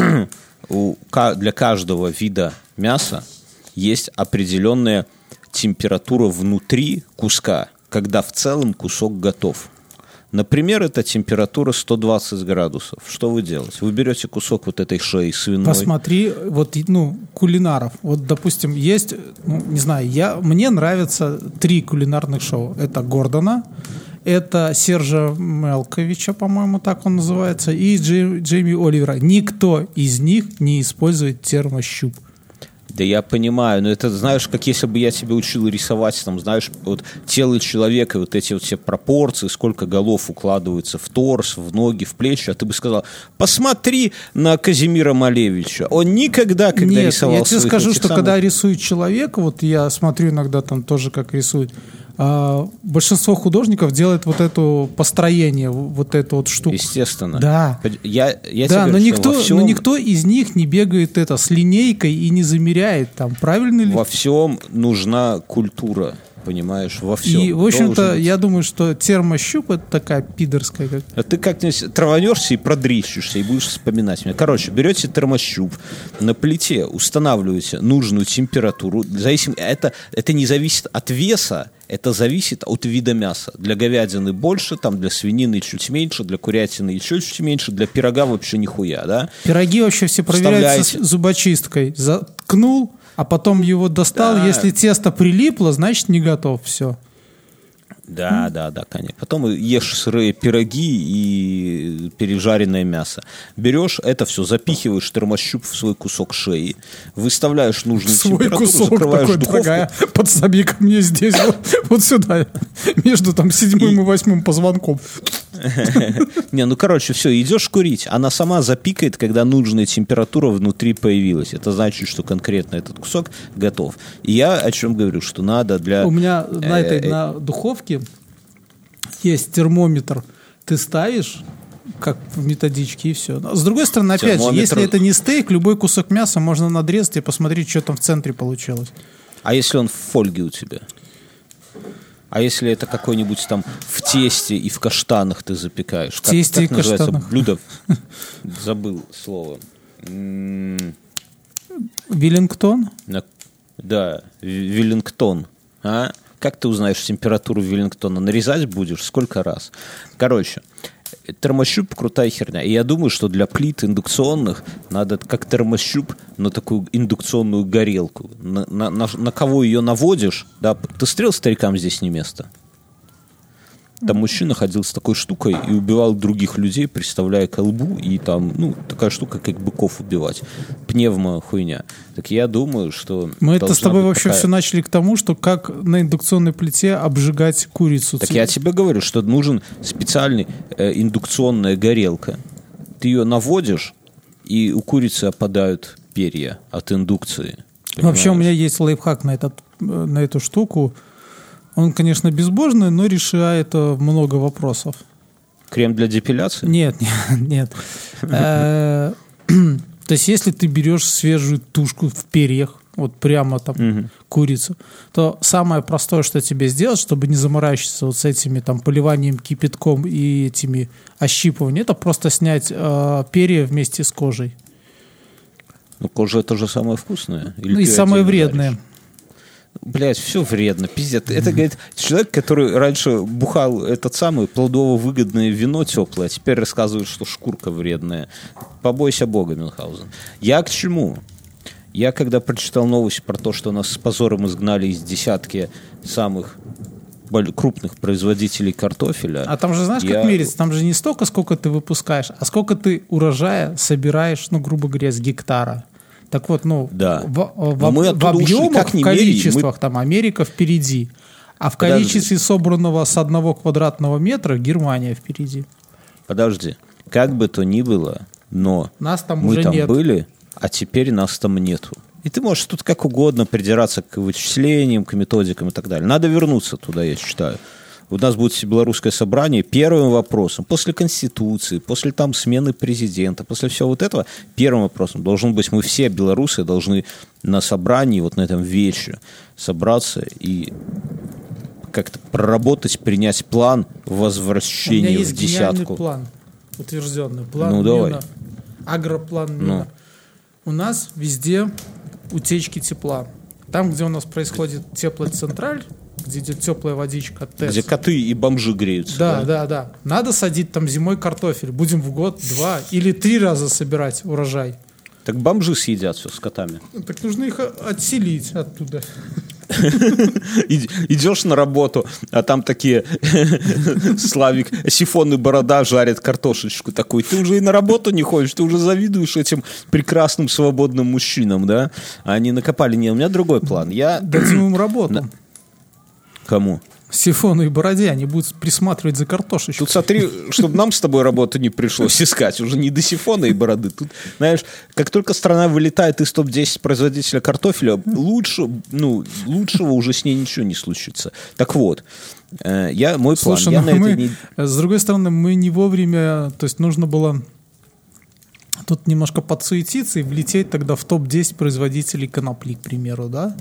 у, для каждого вида мяса есть определенная температура внутри куска, когда в целом кусок готов. Например, это температура сто двадцать градусов. Что вы делаете? Вы берете кусок вот этой шеи свиной. Посмотри, вот, ну, кулинаров. Вот, допустим, есть, ну, не знаю, я, мне нравятся три кулинарных шоу. Это Гордона, это Сержа Мелковича, по-моему, так он называется, и Джей, Джейми Оливера. Никто из них не использует термощуп. Да я понимаю, но это, знаешь, как если бы я тебя учил рисовать, там, знаешь, вот тело человека, вот эти вот все пропорции, сколько голов укладывается в торс, в ноги, в плечи, а ты бы сказал, посмотри на Казимира Малевича. Он никогда, когда Нет, рисовал я тебе своих скажу, этих что самых... когда рисует человека, вот я смотрю иногда там тоже, как рисуют, а, большинство художников делает вот это построение, вот эту вот штуку. Естественно. Да. Я, я Да, тебе но говорю, никто, во всем, но никто из них не бегает это с линейкой и не замеряет там, правильно ли? во всем нужна культура, понимаешь, во всем. И, в общем-то, Должен быть. я думаю, что термощуп — это такая пидорская. Как... А ты как-нибудь траванешься и продрищешься, и будешь вспоминать меня. Короче, берете термощуп, на плите устанавливаете нужную температуру. Зависим... Это, это не зависит от веса, это зависит от вида мяса. Для говядины больше, там для свинины чуть меньше, для курятины еще чуть меньше, для пирога вообще нихуя, да? Пироги вообще все проверяются с Вставляете. зубочисткой. Заткнул, а потом его достал. Да. Если тесто прилипло, значит не готов. Все. Да, да, да, конечно. Потом ешь сырые пироги и пережаренное мясо. Берешь это все, запихиваешь термощуп в свой кусок шеи, выставляешь нужную Свой температуру, кусок закрываешь такой, духовку. дорогая. Подсоби ко мне здесь, вот, вот сюда, между там седьмым и восьмым позвонком. Не, ну короче, все, идешь курить. Она сама запикает, когда нужная температура внутри появилась. Это значит, что конкретно этот кусок готов. И я о чем говорю, что надо для... У меня на этой э, на духовке есть термометр. Ты ставишь, как в методичке, и все. Но, с другой стороны, опять же, Термометр- если это не стейк, любой кусок мяса можно надрезать и посмотреть, что там в центре получилось. А если он в фольге у тебя? А если это какой-нибудь там в тесте и в каштанах ты запекаешь? В тесте и называется каштанах. блюдо? Забыл слово. М, Веллингтон? на- Да, в- Веллингтон. А? Как ты узнаешь температуру Веллингтона? Нарезать будешь? Сколько раз? Короче, термощуп крутая херня. И я думаю, что для плит индукционных надо как термощуп на такую индукционную горелку. На, на- на- на кого ее наводишь? Да, ты стрел старикам здесь не место. Там мужчина ходил с такой штукой и убивал других людей, приставляя к лбу, и там, ну, такая штука, как быков убивать. Пневмо-хуйня. Так я думаю, что... Мы это с тобой вообще такая... все начали к тому, что как на индукционной плите обжигать курицу. Так я тебе говорю, что нужен специальный э, индукционная горелка. Ты ее наводишь, и у курицы опадают перья от индукции. Понимаешь? Вообще у меня есть лайфхак на, этот, на эту штуку. Он, конечно, безбожный, но решает много вопросов. Крем для депиляции? Нет, нет, нет. То есть, если ты берешь свежую тушку в перьях, вот прямо там курицу, то самое простое, что тебе сделать, чтобы не заморачиваться вот с этими там поливанием кипятком и этими ощипыванием, это просто снять перья вместе с кожей. Ну, кожа — это же самое вкусное. Или ну и самое вредное. Даришь? Блять, все вредно, пиздец. Это, говорит, человек, который раньше бухал этот самый плодово-выгодное вино теплое, а теперь рассказывает, что шкурка вредная. Побойся Бога, Мюнхгаузен. Я к чему? Я, когда прочитал новость про то, что нас с позором изгнали из десятки самых крупных производителей картофеля. А там же, знаешь, я... как мерится? Там же не столько, сколько ты выпускаешь, а сколько ты урожая собираешь, ну, грубо говоря, с гектара. Так вот, ну, да. в, в, в объемах, в количествах, мы... там Америка впереди. А в Подожди. количестве собранного с одного квадратного метра Германия впереди. Подожди. Как бы то ни было, но нас там мы уже там нет. были, а теперь нас там нету. И ты можешь тут как угодно придираться к вычислениям, к методикам и так далее. Надо вернуться туда, я считаю. У нас будет белорусское собрание. Первым вопросом, после Конституции, после там смены президента, после всего вот этого, первым вопросом должен быть, мы все белорусы должны на собрании, вот на этом вечере, собраться и как-то проработать, принять план возвращения в десятку. У меня есть десятку. гениальный план, утвержденный. План ну, давай. Мина, агроплан Мина. Ну. У нас везде утечки тепла. Там, где у нас происходит теплоцентраль, где идет теплая водичка, ТЭС. Где коты и бомжи греются. Да, да, да, да. Надо садить там зимой картофель. Будем в год, два или три раза собирать урожай. Так бомжи съедят все с котами. Так нужно их отселить оттуда. Идешь на работу, а там такие Славик, Сифон и Борода жарят картошечку такой. Ты уже и на работу не ходишь, ты уже завидуешь этим прекрасным свободным мужчинам, да? А они накопали. Не, у меня другой план. Я... Дадим им работу. Кому? Сифону и Бороде, они будут присматривать за картошечкой. Тут смотри, чтобы нам с тобой работу не пришлось искать. Уже не до Сифона и Бороды. Тут, знаешь, как только страна вылетает из топ десять производителя картофеля, лучше, ну, лучшего уже с ней ничего не случится. Так вот, я, мой план... Слушай, я ну на мы, этой не... с другой стороны, мы не вовремя... То есть нужно было тут немножко подсуетиться и влететь тогда в топ десять производителей конопли, к примеру, да?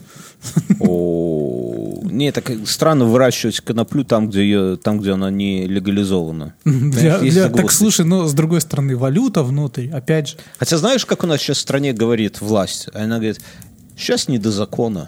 О, не, так странно выращивать коноплю там, где ее, там, где она не легализована. Для, для, так слушай, но с другой стороны, валюта внутрь, опять же. Хотя знаешь, как у нас сейчас в стране говорит власть? Она говорит, сейчас не до закона.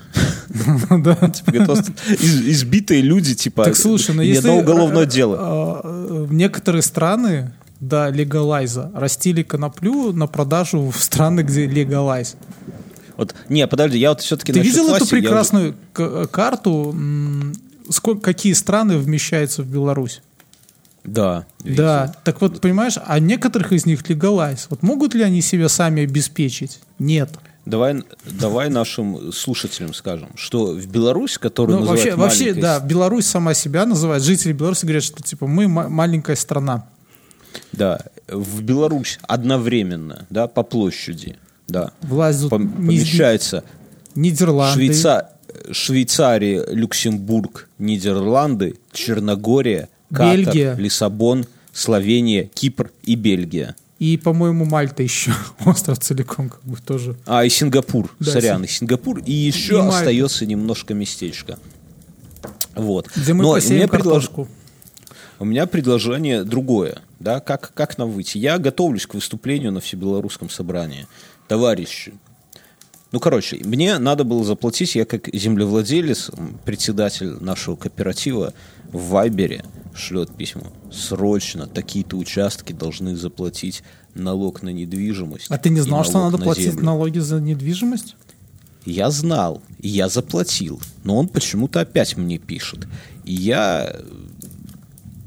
Избитые люди, типа, так слушай, но ни если одно уголовное дело. Некоторые страны до легалайза растили коноплю на продажу в страны, где легалайз. Вот, не, подожди, я вот все-таки... Ты видел власти, эту прекрасную я... карту, сколько, какие страны вмещаются в Беларусь? Да. Видите. Да, так вот, понимаешь, а некоторых из них легалайз. Вот могут ли они себя сами обеспечить? Нет. Давай, давай нашим слушателям скажем, что в Беларусь, которую ну, называют вообще, маленькой... вообще, да, Беларусь сама себя называет, жители Беларуси говорят, что типа мы маленькая страна. Да, в Беларусь одновременно, да, по площади, да, власть помещается Нидерланды, Швейца... Швейцария, Люксембург, Нидерланды, Черногория, Катар, Бельгия, Лиссабон, Словения, Кипр и Бельгия. И, по-моему, Мальта еще, остров целиком как бы тоже. А, и Сингапур, да, сорян, и Сингапур, и еще и остается немножко местечко. Вот. Где мы Но посеем картошку. Предлож... У меня предложение другое, да, как, как нам выйти. Я готовлюсь к выступлению на всебелорусском собрании. Товарищи, ну, короче, мне надо было заплатить, я как землевладелец, председатель нашего кооператива в Вайбере шлет письмо. Срочно такие-то участки должны заплатить налог на недвижимость. А ты не знал, что надо на платить землю. налоги за недвижимость? Я знал, и я заплатил, но он почему-то опять мне пишет. И я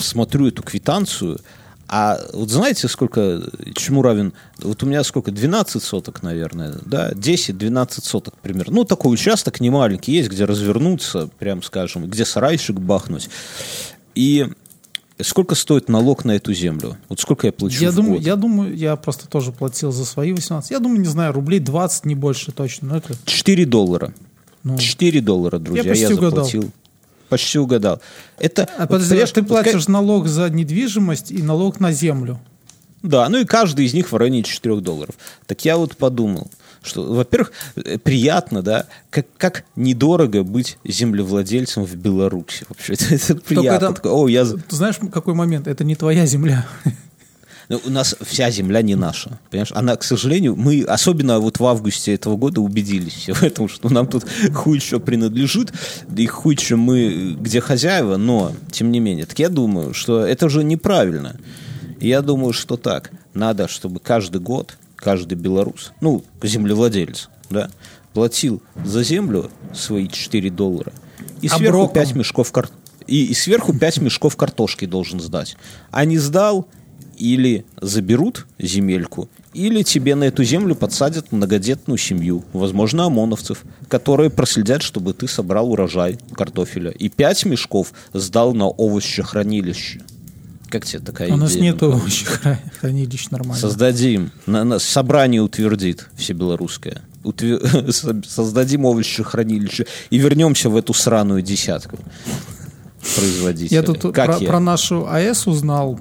смотрю эту квитанцию, а вот знаете, сколько, чему равен, вот у меня сколько, двенадцать соток, наверное, да, десять-двенадцать соток примерно. Ну, такой участок немаленький есть, где развернуться, прям скажем, где сарайчик бахнуть. И сколько стоит налог на эту землю? Вот сколько я плачу я в думаю, год? Я думаю, я просто тоже платил за свои восемнадцать. Я думаю, не знаю, рублей двадцать, не больше точно. Но это... четыре доллара. Ну, четыре доллара, друзья, я, почти я угадал. заплатил. Почти угадал. Это, А вот, подожди, понимаешь, ты вот платишь как- налог за недвижимость и налог на землю. Да, ну и каждый из них в районе четырех долларов. Так я вот подумал, что, во-первых, э, приятно, да, как, как недорого быть землевладельцем в Беларуси. Вообще, это, это приятно. это- Такой, О, я... за- Ты знаешь, какой момент? Это не твоя земля. Ну, у нас вся земля не наша, понимаешь? Она, к сожалению, мы, особенно вот в августе этого года, убедились все в этом, что нам тут хуй что принадлежит, и хуй что мы где хозяева, но, тем не менее. Так я думаю, что это же неправильно. Я думаю, что так. Надо, чтобы каждый год, каждый белорус, ну, землевладелец, да, платил за землю свои четыре доллара и сверху Оброком. пять мешков кар... и, и сверху пять мешков картошки должен сдать. А не сдал, или заберут земельку, или тебе на эту землю подсадят многодетную семью, возможно, ОМОНовцев, которые проследят, чтобы ты собрал урожай картофеля. И пять мешков сдал на овощехранилище. Как тебе такая У идея? нас нету хранилищ нормально. Создадим. На, на собрание утвердит всебелорусское. Утвер... Создадим овощехранилище и вернемся в эту сраную десятку производителей. Я тут как про, я? про нашу АЭС узнал.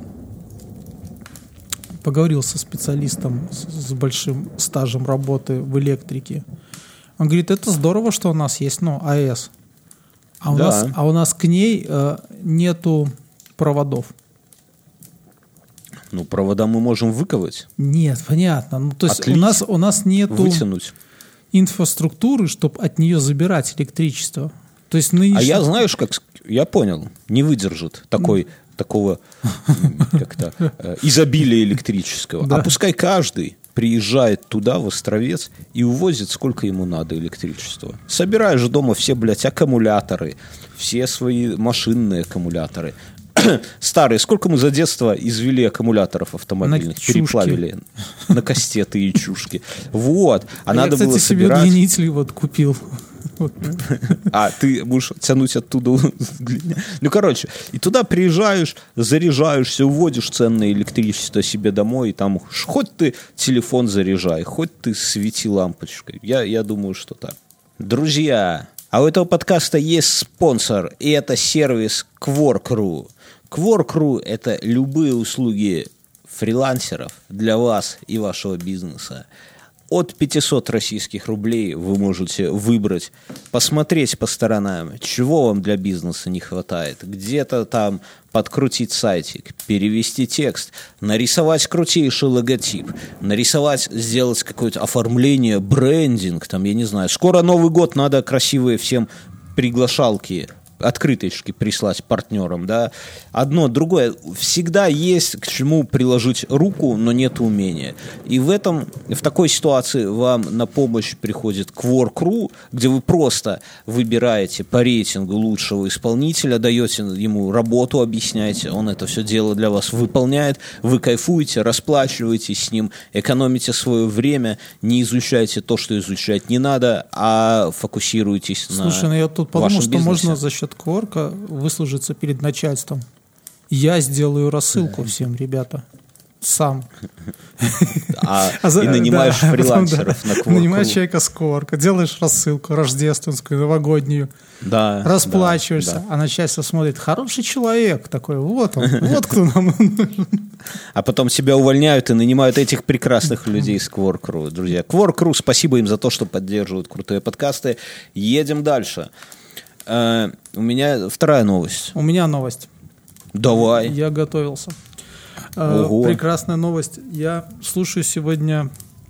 Поговорил со специалистом с, с большим стажем работы в электрике. Он говорит, это здорово, что у нас есть, ну, АЭС. А у, Да. нас, а у нас к ней э, нету проводов. Ну, провода мы можем выковать, Нет, понятно. Ну, то есть у Отлить. нас, у нас нету вытянуть. инфраструктуры, чтобы от нее забирать электричество. То есть нынешний... А я, знаешь, как... с- Я понял. Не выдержит такой, такого м, как-то э, изобилия электрического. Да. А пускай каждый приезжает туда, в Островец, и увозит, сколько ему надо электричества. Собираешь дома все, блядь, аккумуляторы, все свои машинные аккумуляторы. Старые. Сколько мы за детство извели аккумуляторов автомобильных, На чушки. переплавили на кастеты и чушки. Вот. А, А надо я, кстати, было себе собирать... удлинитель вот купил. Вот. А, ты будешь тянуть оттуда. Ну, короче, и туда приезжаешь, заряжаешься, уводишь ценное электричество себе домой, и там ш- хоть ты телефон заряжай, хоть ты свети лампочкой. Я, я думаю, что так. Друзья, а у этого подкаста есть спонсор, и это сервис Quark.ru. Quark.ru – это любые услуги фрилансеров для вас и вашего бизнеса. От пятисот российских рублей вы можете выбрать, посмотреть по сторонам, чего вам для бизнеса не хватает, где-то там подкрутить сайтик, перевести текст, нарисовать крутейший логотип, нарисовать, сделать какое-то оформление, брендинг, там, я не знаю. Скоро Новый год, надо красивые всем приглашалки, открыточки прислать партнерам, да. Одно, другое. Всегда есть к чему приложить руку, но нет умения. И в этом, в такой ситуации вам на помощь приходит Quark.ru, где вы просто выбираете по рейтингу лучшего исполнителя, даете ему работу, объясняете, он это все дело для вас выполняет, вы кайфуете, расплачиваетесь с ним, экономите свое время, не изучайте то, что изучать не надо, а фокусируйтесь на Слушай, ну я тут подумал, вашем что бизнесе. можно за счет Quark выслужиться перед начальством. Я сделаю рассылку всем, ребята. Сам. А, А за- и нанимаешь да, потом, фрилансеров да, на Quark.ru. Нанимаешь человека с Quark, делаешь рассылку рождественскую, новогоднюю, Да, расплачиваешься, да, да. а начальство смотрит, хороший человек такой, вот он, вот кто нам нужен. А потом себя увольняют и нанимают этих прекрасных людей с Quark.ru. Друзья, Quark.ru, спасибо им за то, что поддерживают крутые подкасты. Едем дальше. Э, у меня вторая новость. У меня новость. Давай. Я готовился. Э, Ого. Прекрасная новость. Я слушаю сегодня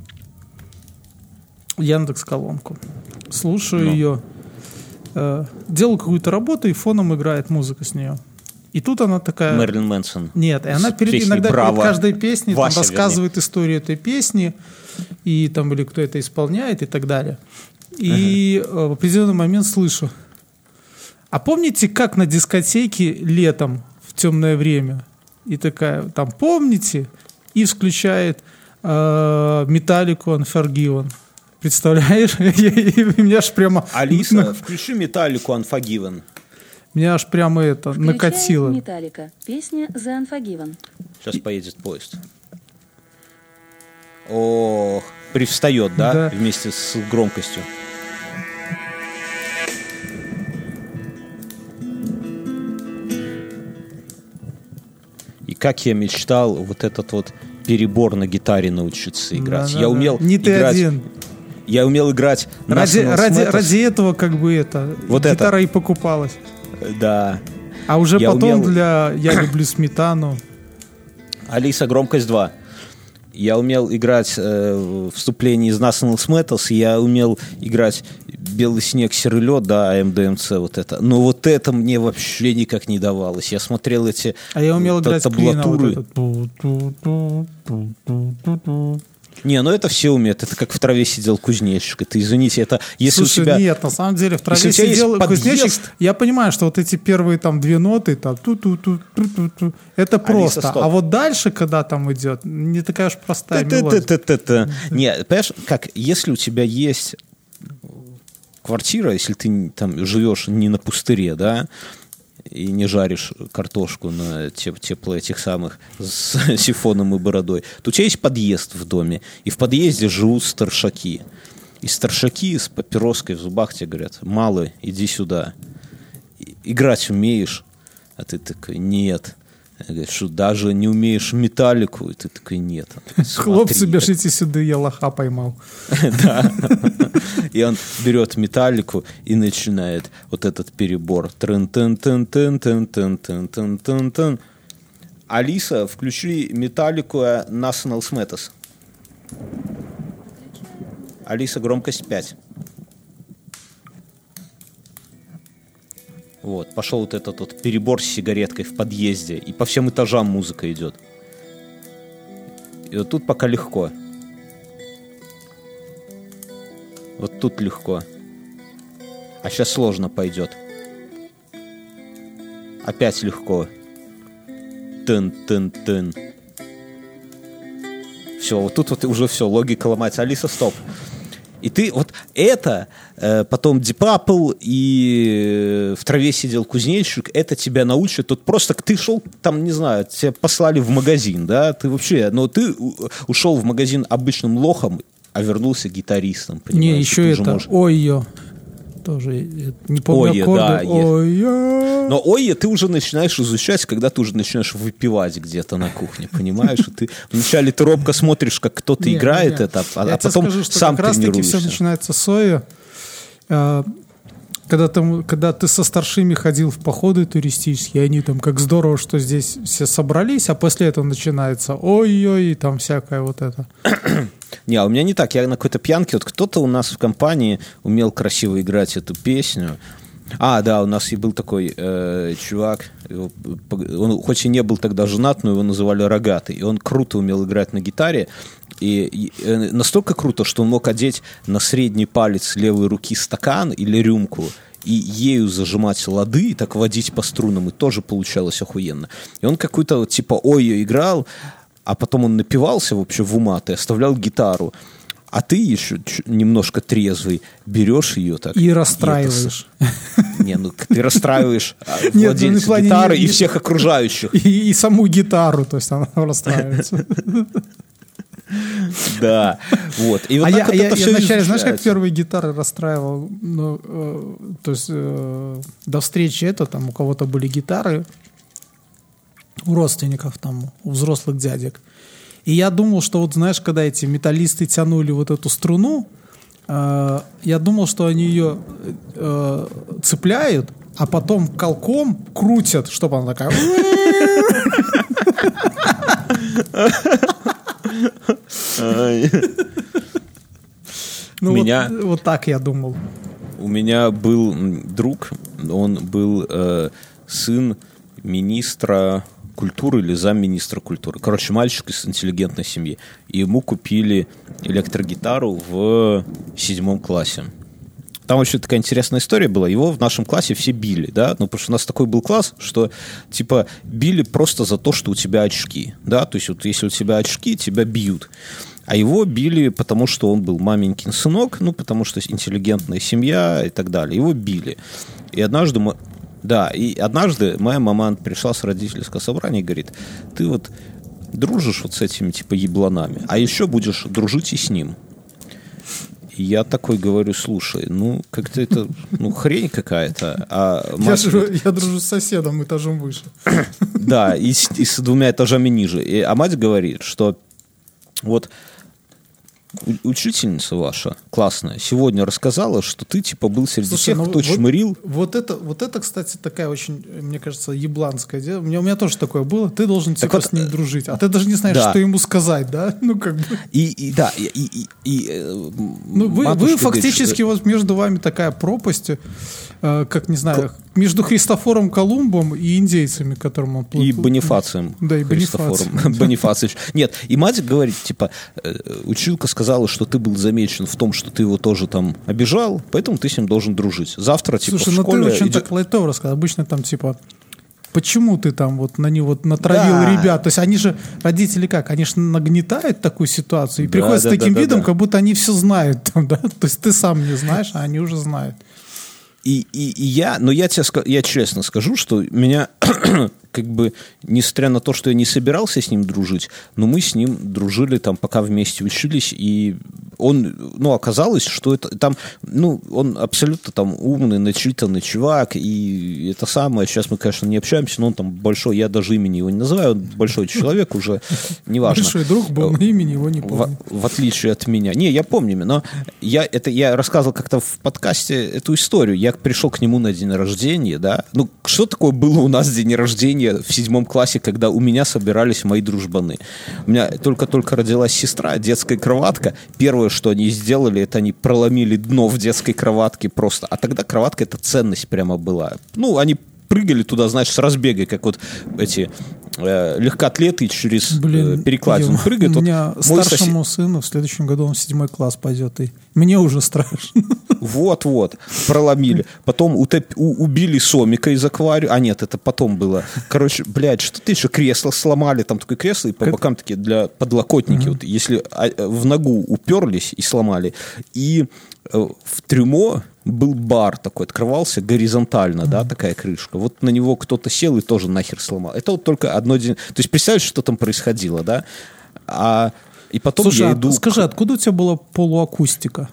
Яндекс.Колонку. Слушаю Ну. ее. э, Делаю какую-то работу, и фоном играет музыка с нее. И тут она такая... Мэрилин Мэнсон. Нет, и она С перед, песней иногда «Браво». перед каждой песней там Вася, рассказывает историю этой песни, и там или кто это исполняет, и так далее. И э, в определенный момент слышу. А помните, как на дискотеке летом в темное время. И такая, там, помните? И включает Металлику Unforgiven. Представляешь? И меня аж прямо... Алиса, включи Металлику Unforgiven. Меня аж прямо это Включаем накатило. Металлика. Песня The Unforgiven. Сейчас поедет поезд. Ох, привстает, да? Да. Вместе с громкостью. И как я мечтал вот этот вот перебор на гитаре научиться играть. Да, я да, умел да. Не ты играть... один. Я умел играть... Ради, National ради, Smatters. ради этого как бы это Вот гитара это. и покупалась. Да. А уже Я потом умел- для «Я люблю сметану». Алиса, громкость два. Я умел играть э, вступление из National Smatters, я умел играть «Белый снег, серый лед», да, эм дэ эм цэ, вот это. Но вот это мне вообще никак не давалось. Я смотрел эти А я умел та- играть Квина, вот таблатуры. этот. Ту-ту-ту-ту-ту-ту. Не, ну это все умеют. Это как в траве сидел кузнечик. Это, извините, это если Слушай, у тебя... нет, на самом деле в траве Если у тебя есть сидел подъезд- кузнечик. Я понимаю, что вот эти первые там две ноты, там ту-ту-ту-ту-ту-ту, это просто. стоп. А вот дальше, когда там идет, не такая уж простая мелодия. Та-та-та-та-та. Не, понимаешь, как, если у тебя есть квартира, если ты там живешь не на пустыре, да, и не жаришь картошку на теп- тепло этих самых с сифоном и бородой, то у тебя есть подъезд в доме, и в подъезде живут старшаки. И старшаки с папироской в зубах тебе говорят: малый, иди сюда. И- Играть умеешь? А ты такой: нет. Они говорят: что даже не умеешь металлику? И ты такой: нет. Хлопцы, Смотри, бежите сюда, я лоха поймал. да. И он берет металлику и начинает вот этот перебор. Трын-тын-тын-тын-тын-тын-тын-тын-тын. Алиса, включи металлику National Smatters. Алиса, громкость пять. Вот, пошел вот этот вот перебор с сигареткой в подъезде. И по всем этажам музыка идет. И вот тут пока легко. Вот тут легко. А сейчас сложно пойдет. Опять легко. Тын-тын-тын. Все, вот тут вот уже все, логика ломается. Алиса, стоп. И ты вот это, э, потом Deep Apple и э, в траве сидел кузнечик, это тебя научит. Тут просто ты шел, там, не знаю, тебя послали в магазин, да, ты вообще, но ты у- ушел в магазин обычным лохом, а вернулся гитаристом, понимаешь? Не, еще Ты уже это можешь- ой-ё. Тоже э, не помню Ой-е, аккорды. да, есть. Ой-ё. Но ой, ты уже начинаешь изучать, когда ты уже начинаешь выпивать где-то на кухне, понимаешь? И ты вначале ты робко смотришь, как кто-то Не, играет не. это, а, Я а тебе потом скажу, что сам как раз-таки все тренируешься. начинается с Оя. А, Когда, там, когда ты со старшими ходил в походы туристические, они там как здорово, что здесь все собрались, а после этого начинается ой-ой, и там всякое вот это. Не, а у меня не так. Я на какой-то пьянке, вот кто-то у нас в компании умел красиво играть эту песню. А, да, у нас и был такой э, чувак, его, он хоть и не был тогда женат, но его называли Рогатый, и он круто умел играть на гитаре, и, и э, настолько круто, что он мог одеть на средний палец левой руки стакан или рюмку, и ею зажимать лады, и так водить по струнам, и тоже получалось охуенно. И он какой-то вот типа ой играл, а потом он напивался вообще в умат и оставлял гитару. А ты еще ч- немножко трезвый, берешь ее так. И это расстраиваешь. с- Не, ну ты расстраиваешь а, Нет, ну, владельца в плане гитары не- и не- всех окружающих. И, и саму гитару, то есть она расстраивается. Да, вот. И вот А так я, вот я, это я все вначале, знаешь, как изучается. первые гитары расстраивал? Ну, э, то есть э, до встречи это, там у кого-то были гитары, у родственников, там, у взрослых дядек. И я думал, что вот, знаешь, когда эти металлисты тянули вот эту струну, э, я думал, что они ее э, цепляют, а потом колком крутят, чтобы она такая... Ну, Меня- вот, вот так я думал. У меня был м, друг, он был э, сын министра культуры или замминистра культуры. Короче, мальчик из интеллигентной семьи. И ему купили электрогитару в седьмом классе. там вообще такая интересная история была. Его в нашем классе все били, да, ну, потому что у нас такой был класс, что, типа, били просто за то, что у тебя очки, да, то есть вот если у тебя очки, тебя бьют. А его били, потому что он был маменькин сынок, ну, потому что интеллигентная семья и так далее. Его били. И однажды мы... Да, и однажды моя мама пришла с родительского собрания и говорит, ты вот дружишь вот с этими, типа, ебланами, а еще будешь дружить и с ним. И я такой говорю, слушай, ну, как-то это, ну, хрень какая-то. А я, живу, я дружу с соседом этажом выше. Да, и с, и с двумя этажами ниже. И, а мать говорит, что вот учительница ваша классная сегодня рассказала, что ты, типа, был среди Слушай, тех, ну, кто вот, чмырил. Вот это, вот это, кстати, такая очень, мне кажется, ебланская дело. У меня, у меня тоже такое было. Ты должен, типа, вот, с ним дружить. А ты даже не знаешь, да. что ему сказать, да? Ну, как бы. И, и да, и... и, и ну, вы, вы фактически, говорит, что... вот между вами такая пропасть, э, как, не знаю, К... между Христофором Колумбом и индейцами, которым он... И Бонифацием. Да, и Бонифацием. Бонифациевич. Нет, и мать говорит, типа, училка сказала, что ты был замечен в том, что ты его тоже там обижал, поэтому ты с ним должен дружить. Завтра, типа, Слушай, в школе... Слушай, ну ты очень идет... так лайтово рассказал. Обычно там, типа, почему ты там вот на него натравил да. ребят? То есть они же, родители как? Они же нагнетают такую ситуацию и да, приходят да, с таким да, видом, да, да. как будто они все знают. Там, да? То есть ты сам не знаешь, а они уже знают. И, и, и я, но я тебе я честно скажу, что меня, как бы, несмотря на то, что я не собирался с ним дружить, но мы с ним дружили там, пока вместе учились, и он, ну, оказалось, что это там, ну, он абсолютно там умный, начитанный чувак, и это самое, сейчас мы, конечно, не общаемся, но он там большой, я даже имени его не называю, он большой человек уже, неважно. Большой друг был, но имени его не помню. В, в отличие от меня. Не, я помню, но я, это, я рассказывал как-то в подкасте эту историю, я пришел к нему на день рождения, да, ну, что такое было у нас день рождения в седьмом классе, когда у меня собирались мои дружбаны. У меня только-только родилась сестра, детская кроватка, первое, что они сделали, это они проломили дно в детской кроватке просто, а тогда кроватка — это ценность прямо была. Ну, они прыгали туда, значит, с разбега, как вот эти э, легкоатлеты через Блин, э, перекладину я, прыгают. У меня вот старшему сосед... сыну в следующем году он в седьмой класс пойдет, и мне уже страшно. Вот-вот, проломили. Потом утоп... у, убили сомика из аквариума. А нет, это потом было. Короче, блядь, что-то еще кресло сломали, там такое кресло, и по как... бокам такие для подлокотники. Uh-huh. Вот, если в ногу уперлись и сломали. И э, в трюмо был бар такой, открывался горизонтально, mm-hmm. да, такая крышка. Вот на него кто-то сел и тоже нахер сломал. Это вот только одно... То есть представляешь, что там происходило, да? А... И потом Слушай, я иду... скажи, откуда у тебя была полуакустика?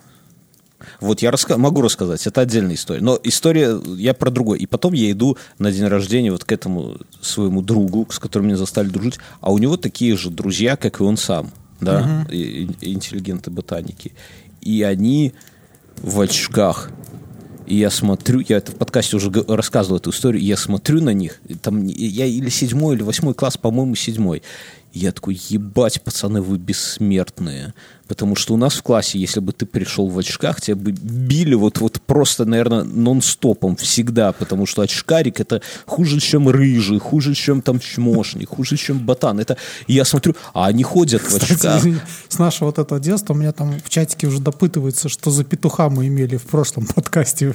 Вот я раска... могу рассказать, это отдельная история. Но история, я про другое. И потом я иду на день рождения вот к этому своему другу, с которым меня застали дружить, а у него такие же друзья, как и он сам, да, mm-hmm. и, и интеллигенты-ботаники. И они... в очках. И я смотрю, я это в подкасте уже рассказывал эту историю, и я смотрю на них, там, я или седьмой, или восьмой класс, по-моему, седьмой. И я такой, ебать, пацаны, вы бессмертные. Потому что у нас в классе, если бы ты пришел в очках, тебя бы били вот, вот просто, наверное, нон-стопом всегда, потому что очкарик — это хуже, чем рыжий, хуже, чем там чмошник, хуже, чем ботан. Это... И я смотрю, а они ходят в очках. Кстати, с нашего вот этого детства у меня там в чатике уже допытываются, что за петуха мы имели в прошлом подкасте.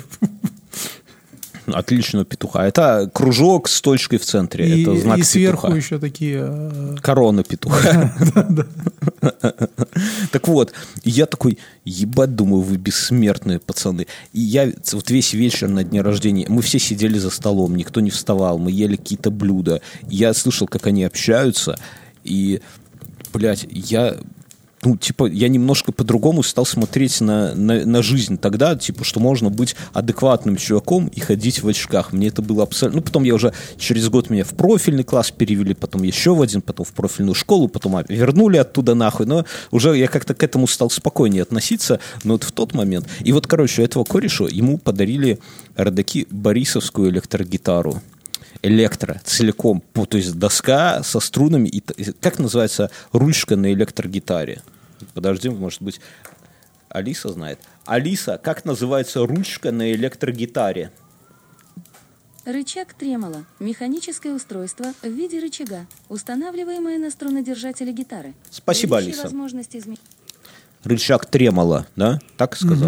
Отличного петуха. Это кружок с точкой в центре. И, это знак и сверху петуха. Еще такие... Корона петуха. Так вот, я такой, ебать, думаю, вы бессмертные пацаны. И я вот весь вечер на дне рождения, мы все сидели за столом, никто не вставал, мы ели какие-то блюда. Я слышал, как они общаются, и, блядь, я... Ну, типа, я немножко по-другому стал смотреть на, на, на жизнь тогда, типа, что можно быть адекватным чуваком и ходить в очках. Мне это было абсолютно... Ну, потом я уже через год меня в профильный класс перевели, потом еще в один, потом в профильную школу, потом вернули оттуда нахуй, но уже я как-то к этому стал спокойнее относиться, но вот в тот момент... И вот, короче, этого кореша ему подарили родаки борисовскую электрогитару. Электро, целиком, то есть доска со струнами, и, как называется ручка на электрогитаре? Подожди, может быть, Алиса знает. Алиса, как называется ручка на электрогитаре? Рычаг тремоло – механическое устройство в виде рычага, устанавливаемое на струнодержателе гитары. Спасибо, Алиса. Возможность изме... Рычаг тремоло, да? Так сказала?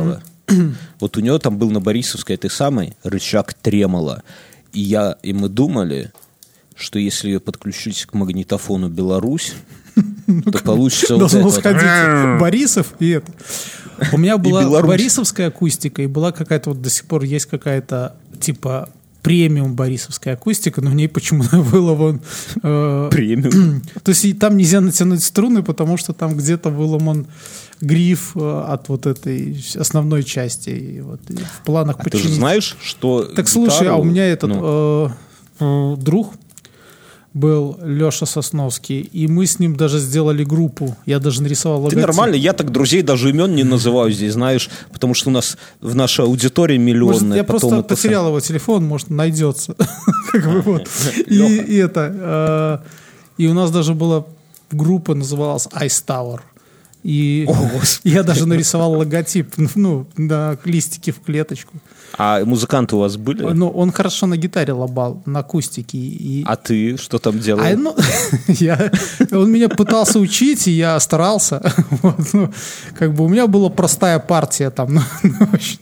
Вот у него там был на Борисовской этой самой рычаг тремоло. И, я, и мы думали, что если ее подключить к магнитофону «Беларусь», то получится вот должно это. сходить Борисов и это. У меня была Беларусь. борисовская акустика, и была какая-то, вот до сих пор есть какая-то, типа, премиум борисовская акустика, но в ней почему-то было вон... э, Премиум. То есть и там нельзя натянуть струны, потому что там где-то выломан гриф э, от вот этой основной части. И вот, и в планах А ты починить. же знаешь, что Так слушай, а у меня этот ну, э, э, друг был Леша Сосновский, и мы с ним даже сделали группу. Я даже нарисовал ты логотип. нормально, я так друзей даже имен не называю здесь, знаешь, потому что у нас в нашей аудитории миллионная. Может, я потом просто это потерял сам- его телефон, может, найдется. Как бы вот. И и это. э, И у нас даже была группа, называлась Ice Tower. И я даже нарисовал логотип, ну, на листике в клеточку. А музыканты у вас были? Ну, он хорошо на гитаре лобал, на акустике. И... А ты что там делал? А, ну, я, он меня пытался учить, и я старался. Вот, ну, как бы у меня была простая партия там. Ну, ну, очень-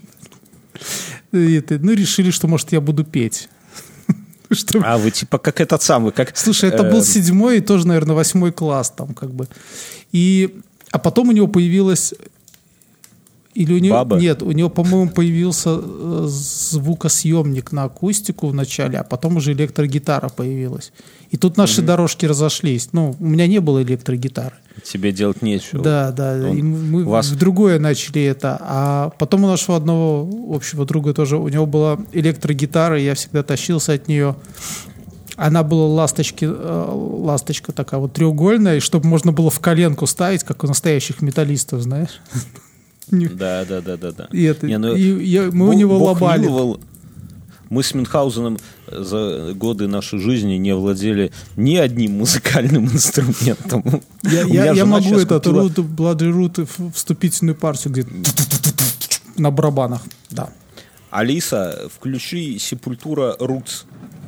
и это, ну, решили, что, может, я буду петь. Что- А вы типа как этот самый, как... Слушай, это э, был седьмой и тоже, наверное, восьмой класс там как бы. И, а потом у него появилась... Или у него, Баба? Нет, у него, по-моему, появился э, звукосъемник на акустику в начале, а потом уже электрогитара появилась. И тут наши Мгм. дорожки разошлись. Ну, у меня не было электрогитары. Тебе делать нечего. Да, да. Он- И мы вас- в другое начали это. А потом у нашего одного общего друга тоже, у него была электрогитара, и я всегда тащился от нее. Она была ласточки, э, ласточка такая вот треугольная, и чтобы можно было в коленку ставить, как у настоящих металлистов, знаешь. Да, да, да, да, да. И это- Не, ну, и я- мы у Бог- него Бог лобали. миловал. Мы с Мюнхгаузеном за годы нашей жизни не владели ни одним музыкальным инструментом. Я, У я- меня я жена могу щас этот купила- Root, Bloody Root в- вступительную партию где на барабанах. Да. Алиса, включи «Сепультура Roots».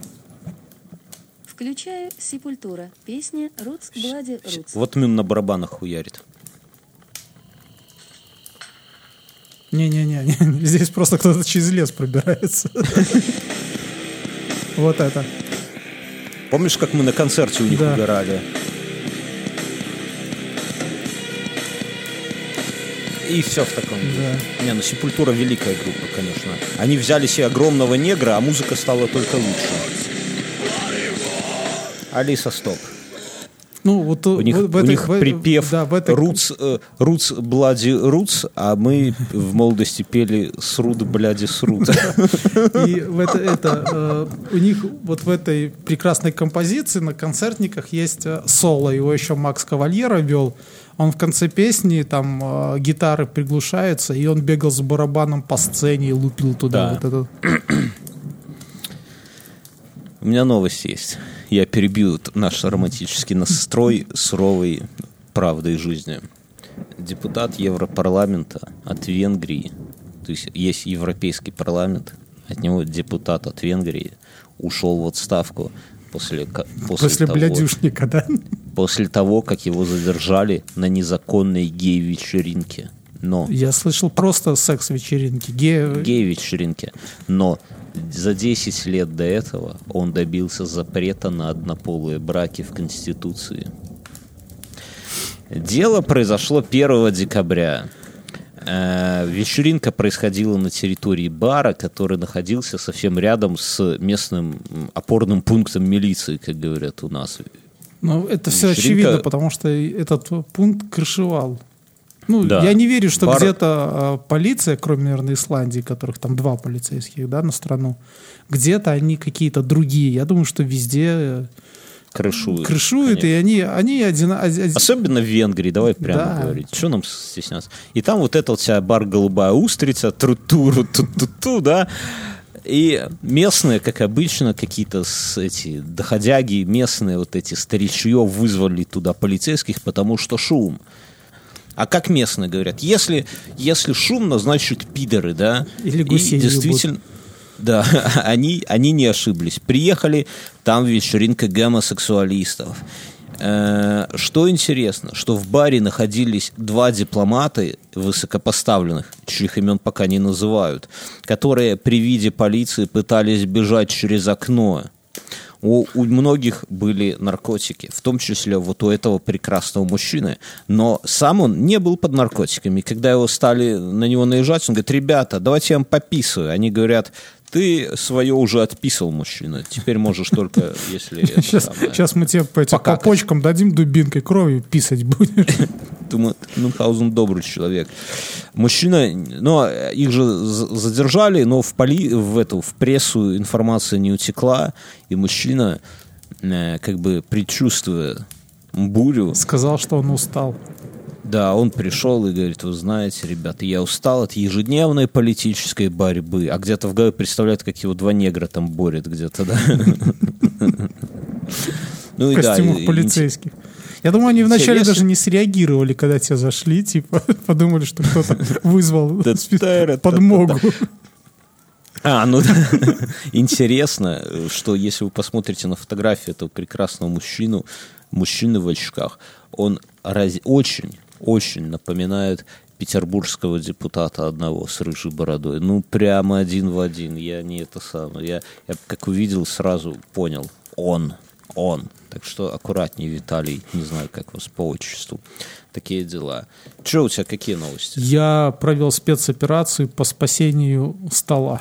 Включаю «Сепультура». Песня «Roots, Bloody Roots». Вот Мюн на барабанах хуярит. Не-не-не, здесь просто кто-то через лес пробирается. Вот это. Помнишь, как мы на концерте у них Да. угорали? И все в таком духе. Не, ну «Сепультура» великая группа, конечно. Они взяли себе огромного негра, а музыка стала только лучше. Алиса, стоп. Ну, вот У них, вот в у этой- них в- припев да, в этой- Roots, э, Roots, Bloody Roots, а мы в молодости пели Сруд, бляди, сруд. И в это, это, э, у них вот в этой прекрасной композиции на концертниках есть э, соло. Его еще Макс Кавальера вел. Он в конце песни, там э, гитары приглушаются, и он бегал с барабаном по сцене и лупил туда. Да. Вот это. У меня новость есть. Я перебью т- наш романтический настрой суровой правдой жизни. Депутат Европарламента от Венгрии, то есть есть Европейский парламент, от него депутат от Венгрии ушел в отставку после, ка- после, После того, блядюшника, да? после того, как его задержали на незаконной гей-вечеринке. Но Я слышал просто секс-вечеринки. Ге... гей-вечеринке. Но за десять лет до этого он добился запрета на однополые браки в Конституции. Дело произошло первого декабря. Э, Вечеринка происходила на территории бара, который находился совсем рядом с местным м, опорным пунктом милиции, как говорят у нас. Ну, это все Вечеринка- очевидно, потому что этот пункт крышевал. Ну, Да. я не верю, что Бар- где-то э, полиция, кроме, наверное, Исландии, которых там два полицейских, да, на страну, где-то они какие-то другие. Я думаю, что везде э, Крышуют. крышуют, конечно. и они, они один, один- Особенно в Венгрии, давай прямо Да. говорить. Что нам стесняться? И там вот это у тебя бар «Голубая устрица», тру-туру, ту-ту-ту, да. И местные, как обычно, какие-то с- эти доходяги, местные вот эти старичье вызвали туда полицейских, потому что шум. А как местные говорят? Если, если шумно, значит пидоры, да? Или И гусей действительно, да, они, они не ошиблись. Приехали, там вечеринка гомосексуалистов. э, что интересно, что в баре находились два дипломата высокопоставленных, чьих имен пока не называют, которые при виде полиции пытались бежать через окно. У, у многих были наркотики, в том числе вот у этого прекрасного мужчины. Но сам он не был под наркотиками. Когда его стали на него наезжать, он говорит: ребята, давайте я вам пописываю. Они говорят: ты свое уже отписал, мужчина. Теперь можешь только, если... Сейчас, сейчас мы тебе по, этим, по почкам дадим дубинкой, кровью писать будешь. Думаю, Мюнхгаузен добрый человек. Мужчина, ну, их же задержали, но в, поли, в, эту, в прессу информация не утекла, и мужчина, как бы предчувствуя бурю... Сказал, что он устал. Да, он пришел и говорит: вы знаете, ребята, я устал от ежедневной политической борьбы. А где-то в голове представляет, как его два негра там борют где-то, да? В костюмах полицейских. Я думаю, они вначале даже не среагировали, когда те зашли, типа, подумали, что кто-то вызвал подмогу. А, ну да. Интересно, что если вы посмотрите на фотографию этого прекрасного мужчину, мужчины в очках, он раз... очень, очень напоминает петербургского депутата одного с рыжей бородой. Ну, прямо один в один. Я не это самое. Я, я как увидел, сразу понял. Он. Он. Так что аккуратнее, Виталий. Не знаю, как вас по отчеству. Такие дела. Че у тебя, какие новости? Я провел спецоперацию по спасению стола.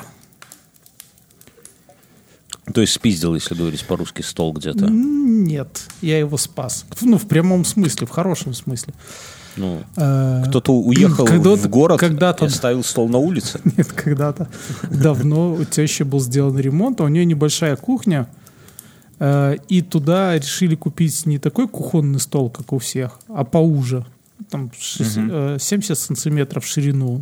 То есть спиздил, если говорить по-русски, стол где-то? Нет, я его спас. Ну, в прямом смысле, в хорошем смысле. Ну, кто-то уехал когда-то, в город когда-то, и оставил стол на улице? Нет, когда-то давно у тещи был сделан ремонт, у нее небольшая кухня, и туда решили купить не такой кухонный стол, как у всех, а поуже. Там семьдесят сантиметров в ширину.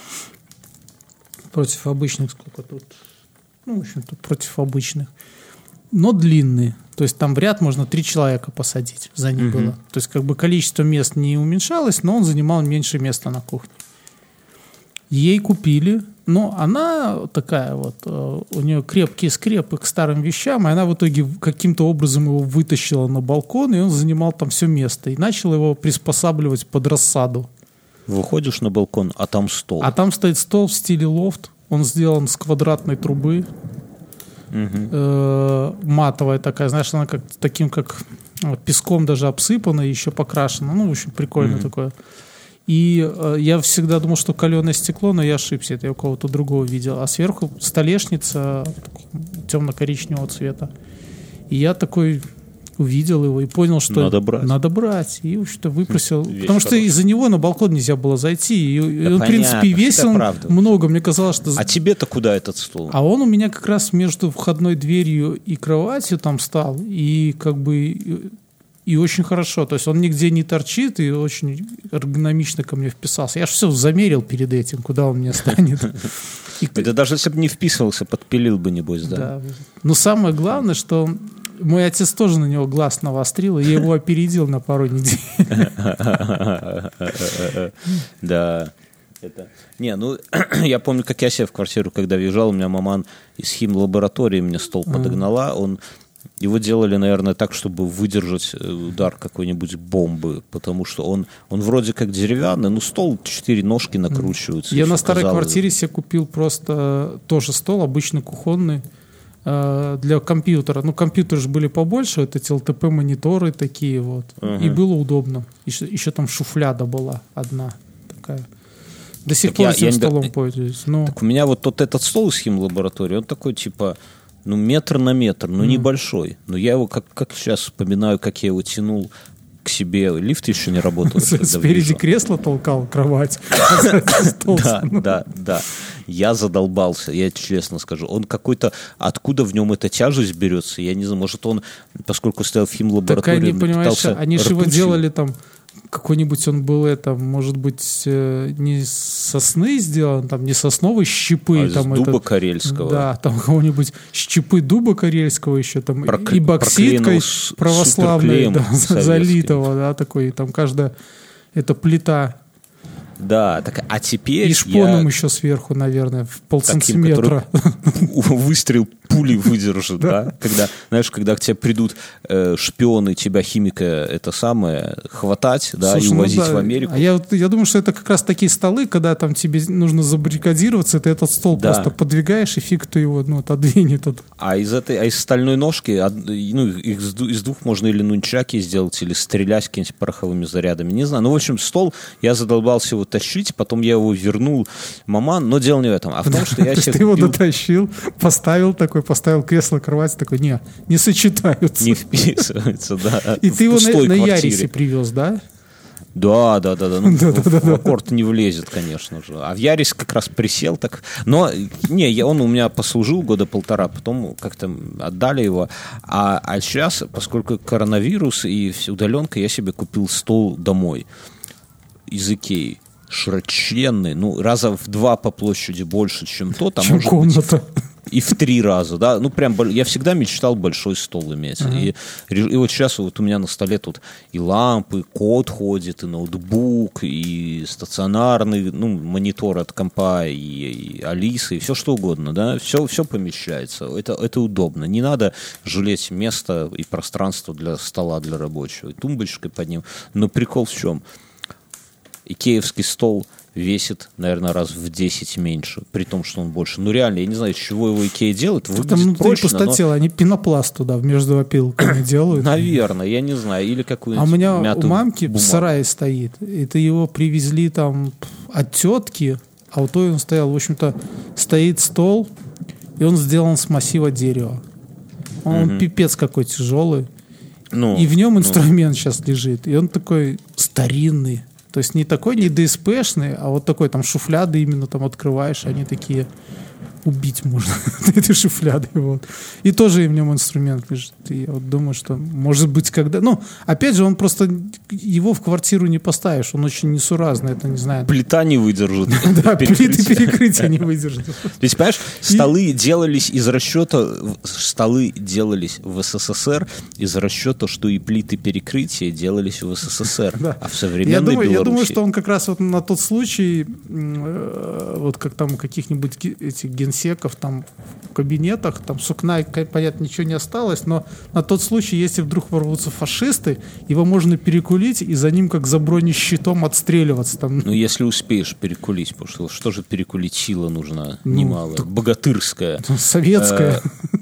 Против обычных сколько тут? Ну, в общем-то, против обычных. Но длинные. То есть там в ряд можно три человека посадить. За ним uh-huh. было. То есть как бы количество мест не уменьшалось, но он занимал меньше места на кухне. Ей купили. Но она такая вот, у нее крепкие скрепы к старым вещам, и она в итоге каким-то образом его вытащила на балкон, и он занимал там все место. И начал его приспосабливать под рассаду. Выходишь на балкон, а там стол. А там стоит стол в стиле лофт. Он сделан с квадратной трубы. Uh-huh. Э, матовая такая, знаешь, она как таким как вот, песком даже обсыпана, еще покрашена. Ну, в общем, прикольно uh-huh. такое. И э, я всегда думал, что каленое стекло, но я ошибся, это я у кого-то другого видел. А сверху столешница темно-коричневого цвета. И я такой увидел его и понял, что надо брать. Надо брать. И что выпросил. Вещь Потому хорошая. Что из-за него на балкон нельзя было зайти. И, да и он, понятно, в принципе, весил много. Мне казалось, что... А тебе-то куда этот стул? А он у меня как раз между входной дверью и кроватью там стал. И как бы... И, и очень хорошо. То есть он нигде не торчит и очень эргономично ко мне вписался. Я же все замерил перед этим, куда он мне станет. Это даже если бы не вписывался, подпилил бы, небось, да? Да. Но самое главное, что... Мой отец тоже на него глаз навострил, и я его опередил на пару недель. Да. Не, ну, я помню, как я себе в квартиру, когда въезжал, у меня маман из химлаборатории мне стол подогнала. Он... Его делали, наверное, так, чтобы выдержать удар какой-нибудь бомбы, потому что он, он вроде как деревянный, но стол, четыре ножки накручиваются. Я на старой квартире себе купил просто тоже стол, обычно кухонный, для компьютера. Ну, компьютеры же были побольше, вот эти эл тэ пэ-мониторы такие вот. Uh-huh. И было удобно. Еще, еще там шуфляда была одна такая. До сих так пор я, этим я столом не... пользуюсь. Но... Так у меня вот тот этот стол из химлаборатории, он такой типа, ну, метр на метр, ну, mm. небольшой. Но я его, как, как сейчас вспоминаю, как я его тянул к себе. Лифт еще не работал. Спереди кресло толкал, кровать. Да, да, да. Я задолбался, я честно скажу. Он какой-то... Откуда в нем эта тяжесть берется? Я не знаю, может, он, поскольку стоял в химлаборатории... Так они, понимаешь, они же его делали там... Какой-нибудь он был, это, может быть, не из сосны сделан, там, не сосновой щепы. А там, из дуба это, карельского. Да, там какого-нибудь щепы дуба карельского еще, там, Прокл... и бокситкой православной, да, залитого, да, такой, там каждая, это плита. Да, так, а теперь и шпоном я... еще сверху, наверное, в полсантиметра. Выстрел пули выдержит, да? Когда, знаешь, когда к тебе придут э, шпионы, тебя, химика, это самое, хватать, да, Слушай, и ну увозить да. в Америку. А я, я думаю, что это как раз такие столы, когда там тебе нужно забаррикадироваться, ты этот стол Да. просто подвигаешь, и фиг ты его ну, отодвинет. От... А из этой, а из стальной ножки, од- ну, их из, ду- из двух можно или нунчаки сделать, или стрелять какими-нибудь пороховыми зарядами, не знаю. Ну, в общем, стол, я задолбался его тащить, потом я его вернул маман, но дело не в этом, а в том, что я То есть себе ты его купил- дотащил, поставил такой, поставил кресло, кровать, такой, не, не сочетаются. не вписывается, да. И в ты его на, пустой на квартире. Ярисе привез, да? Да, да, да, да. Ну, Да, в, да, да, в аккорд не влезет, конечно же. А в Ярис как раз присел так. Но не, я, он у меня послужил года полтора, потом как-то отдали его. А, а сейчас, поскольку коронавирус и вся удаленка, я себе купил стол домой из Икеи. Широченный, ну, раза в два по площади больше, чем тот, а Чем может комната. быть и в три раза, да, ну прям бол- я всегда мечтал большой стол иметь, Ага. и, ре- и вот сейчас вот у меня на столе тут и лампы, и код ходит, и ноутбук, и стационарный, ну, монитор от компа, и, и Алиса, и все что угодно, да, все, все помещается, это, это удобно, не надо жалеть место и пространство для стола, для рабочего, и тумбочкой под ним, но прикол в чем? Икеевский стол весит, наверное, раз в десять меньше, при том, что он больше. Ну, реально, я не знаю, из чего его Икея делает. Выглядит Там внутри прочно, но- пустотело, они пенопласт туда между опилками делают. Наверное, я не знаю. Или А какую-нибудь у меня мятую у мамки в бумагу. сарае стоит. Это его привезли там от тетки, а у той он стоял. В общем-то, стоит стол, и он сделан с массива дерева. Он Мгм. пипец какой тяжелый. Ну, И в нем ну, инструмент сейчас лежит. И он такой старинный. То есть не такой, не ДСПшный, а вот такой, там шуфляды именно там открываешь, они такие, убить можно этой шуфляды. Вот. И тоже и в нем инструмент лежит. И я вот думаю, что может быть когда... Ну, опять же, он просто... Его в квартиру не поставишь, он очень несуразный, это не знаю. Плита не выдержит. Да, плиты перекрытия. перекрытия не выдержат. То есть, понимаешь, столы делались из расчета, столы делались в СССР из расчета, что и плиты перекрытия делались в СССР. Да. А в Я современной думаю, я думаю, Беларуси... что он как раз вот на тот случай, м, э, вот как там каких-нибудь ге- этих генсеков там в кабинетах, там сукна, к- понятно, ничего не осталось, но на тот случай, если вдруг ворвутся фашисты, его можно перекулить и за ним как за бронещитом отстреливаться. Там. Ну, если успеешь перекулить, потому что что же перекулить, сила нужна Ну, немалая, богатырская. Советская.